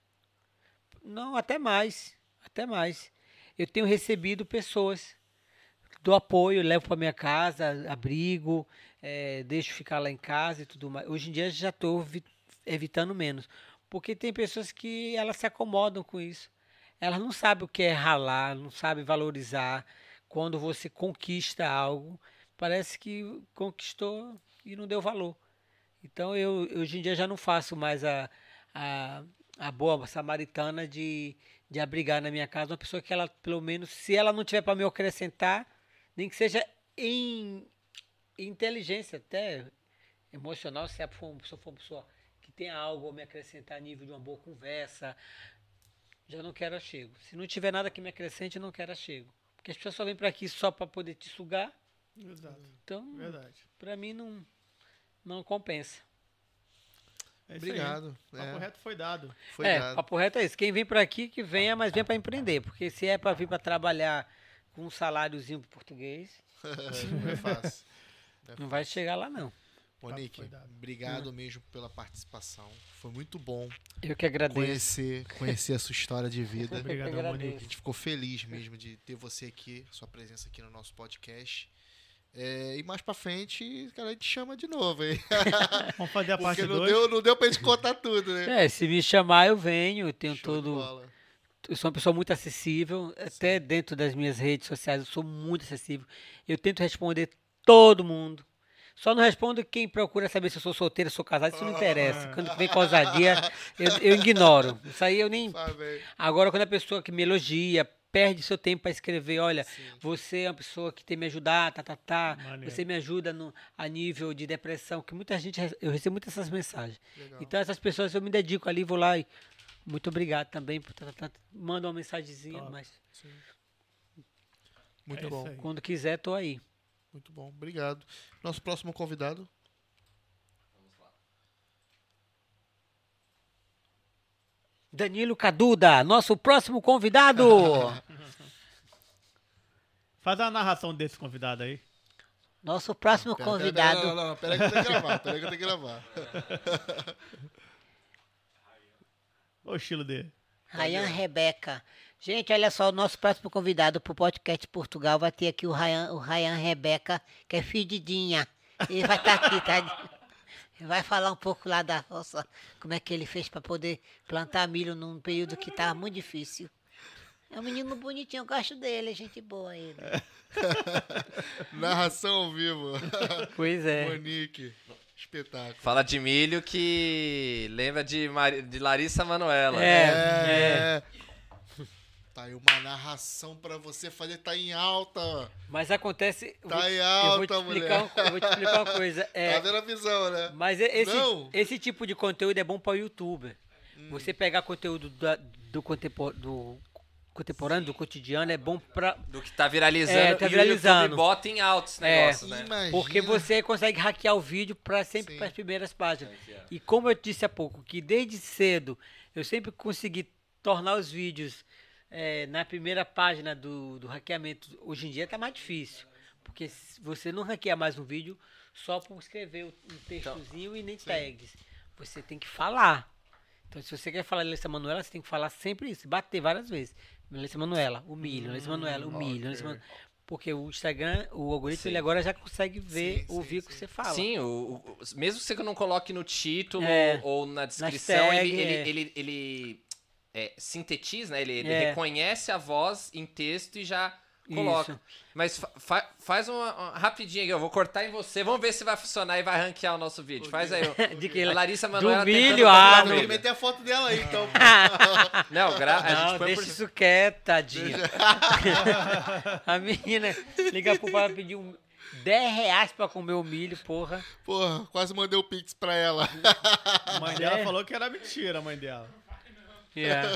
Não, até mais. Até mais. Eu tenho recebido pessoas. Dou apoio, levo para minha casa, abrigo, é, deixo ficar lá em casa e tudo mais. Hoje em dia já estou evitando menos. Porque tem pessoas que elas se acomodam com isso. Elas não sabem o que é ralar, não sabem valorizar. Quando você conquista algo, parece que conquistou e não deu valor. Então eu hoje em dia já não faço mais a, a, a boa samaritana de, de abrigar na minha casa uma pessoa que ela, pelo menos, se ela não tiver para me acrescentar, nem que seja em, em inteligência, até emocional, se, for, se eu for uma pessoa que tenha algo a me acrescentar a nível de uma boa conversa, já não quero achego. Se não tiver nada que me acrescente, eu não quero achego. Porque as pessoas só vêm para aqui só para poder te sugar. Exato. Então, verdade. Para mim não, não compensa. É isso Obrigado. Aí. O papo É. reto foi dado. Foi é, dado. papo reto é isso. Quem vem para aqui, que venha, mas venha para empreender. Porque se é para vir para trabalhar com um saláriozinho português, Não é fácil. Não, é não vai chegar lá, não. Monique, Foi dado. obrigado mesmo pela participação. Foi muito bom Eu que agradeço. conhecer, conhecer a sua história de vida. Obrigado, Eu que agradeço. A Monique. gente ficou feliz mesmo de ter você aqui, sua presença aqui no nosso podcast. É, e mais pra frente, cara, a gente chama de novo, hein? Vamos fazer a parte Porque não dois. deu, não deu pra gente contar tudo, né? É, se me chamar, eu venho. Eu tenho Show de todo. bola. Eu sou uma pessoa muito acessível. Até dentro das minhas redes sociais, eu sou muito acessível. Eu tento responder todo mundo. Só não respondo quem procura saber se eu sou solteiro, se sou casado, isso não interessa. Quando vem com ousadia, eu, eu ignoro. Isso aí eu nem. Fala bem. Agora, quando a pessoa que me elogia, perde seu tempo para escrever, olha, Sim. você é uma pessoa que tem me ajudado, tá, tá, tá. Maneiro. Você me ajuda no, a nível de depressão, que muita gente, re- eu recebo muitas essas mensagens. Legal. Então, essas pessoas eu me dedico ali, vou lá e muito obrigado também, por tá, tá, tá, manda uma mensagenzinha, Top. mas Sim. Muito É isso bom, aí. quando quiser, tô aí. muito bom. Obrigado. Nosso próximo convidado. Danilo Caduda, nosso próximo convidado. Faz a narração desse convidado aí. Nosso próximo Pera, pera, convidado. Pera, não, não, pera aí que eu tenho que gravar. Pera aí que eu tenho que gravar. Olha o estilo dele. Rayan Rebeca. Gente, olha só, o nosso próximo convidado pro podcast Portugal vai ter aqui o Rayan, o Rayan Rebeca, que é filho de Dinha. Ele vai estar aqui, tá? Ele vai falar um pouco lá da roça, como é que ele fez para poder plantar milho num período que estava muito difícil. É um menino bonitinho, eu gosto dele, é gente boa ele. Narração ao vivo. Pois é. Monique. Espetáculo. Fala de milho que lembra de, Mari- de Larissa Manoela. É, Tá Tá aí uma narração pra você fazer, tá em alta. Mas acontece. eu Tá vou- em eu vou te alta, explicar, mulher. um- eu vou te explicar uma coisa. É, Tá vendo a visão, né? mas e- esse, Não. esse tipo de conteúdo é bom para o youtuber. Hum. Você pegar conteúdo da- do, contempo- do contemporâneo, do cotidiano, é bom para. Do que tá viralizando. É, tá e viralizando. o YouTube bota em altos É. negócios, né? Imagina. Porque você consegue hackear o vídeo para sempre Sim. para as primeiras páginas. E como eu disse há pouco, que desde cedo eu sempre consegui tornar os vídeos é, na primeira página do, do hackeamento. Hoje em dia tá mais difícil. Porque se você não hackeia mais um vídeo só por escrever um textozinho e nem tags. Você tem que falar. Então, se você quer falar Melissa Manoela, você tem que falar sempre isso. Bater várias vezes. Melissa Manoela, o milho, Melissa Manoela, o milho. Melissa Manoela. Porque o Instagram, o algoritmo, Sim. ele agora já consegue ver, Sim, sim, ouvir o que sim. você fala. Sim, o, o- mesmo que você não coloque no título É. ou na descrição, tag, ele, ele, é. ele, ele, é, sintetiza, né? Ele, ele É. reconhece a voz em texto e já coloca. Isso. Mas fa- fa- faz uma, uma rapidinho aqui, eu vou cortar em você. Vamos ver se vai funcionar e vai ranquear o nosso vídeo. Faz aí. ó. De que A Larissa do Manoela milho, tentando ah, colocar Tem no que vídeo. meter a foto dela aí, então. Não, gra... a Não, gente põe deixa por... isso quieto, tadinha. A menina liga pro pai pedir um dez reais pra comer o milho, porra. Porra, quase mandei o pix pra ela. A mãe dela É. falou que era mentira, a mãe dela. Yeah.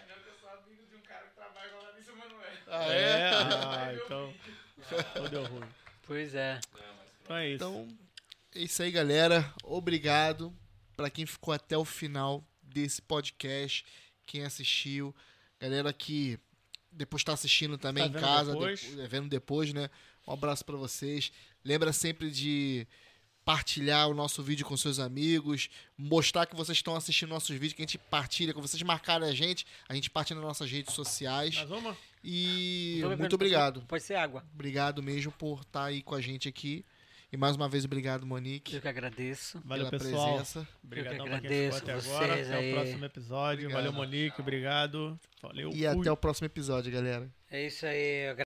Ah, É, é? ah, então. Então deu ruim. Pois é. Então é isso. Então, é isso aí, galera. Obrigado pra quem ficou até o final desse podcast, quem assistiu, galera que depois tá assistindo também Tá em vendo casa, depois. depo- é, vendo depois, né? Um abraço pra vocês. Lembra sempre de partilhar o nosso vídeo com seus amigos, mostrar que vocês estão assistindo nossos vídeos, que a gente partilha, que vocês marcarem a gente, a gente partilha nas nossas redes sociais. Mais uma? E Tô bebendo, muito obrigado. Pode ser água. Obrigado mesmo por estar aí com a gente aqui. E mais uma vez, obrigado, Monique, Eu que agradeço. Valeu, pela pessoal. presença. Obrigadão Eu pra que quem ficou até agradeço agora. vocês Até aí. o próximo episódio. Obrigado. Valeu, Monique. Obrigado. Valeu. E fui. até o próximo episódio, galera. É isso aí. eu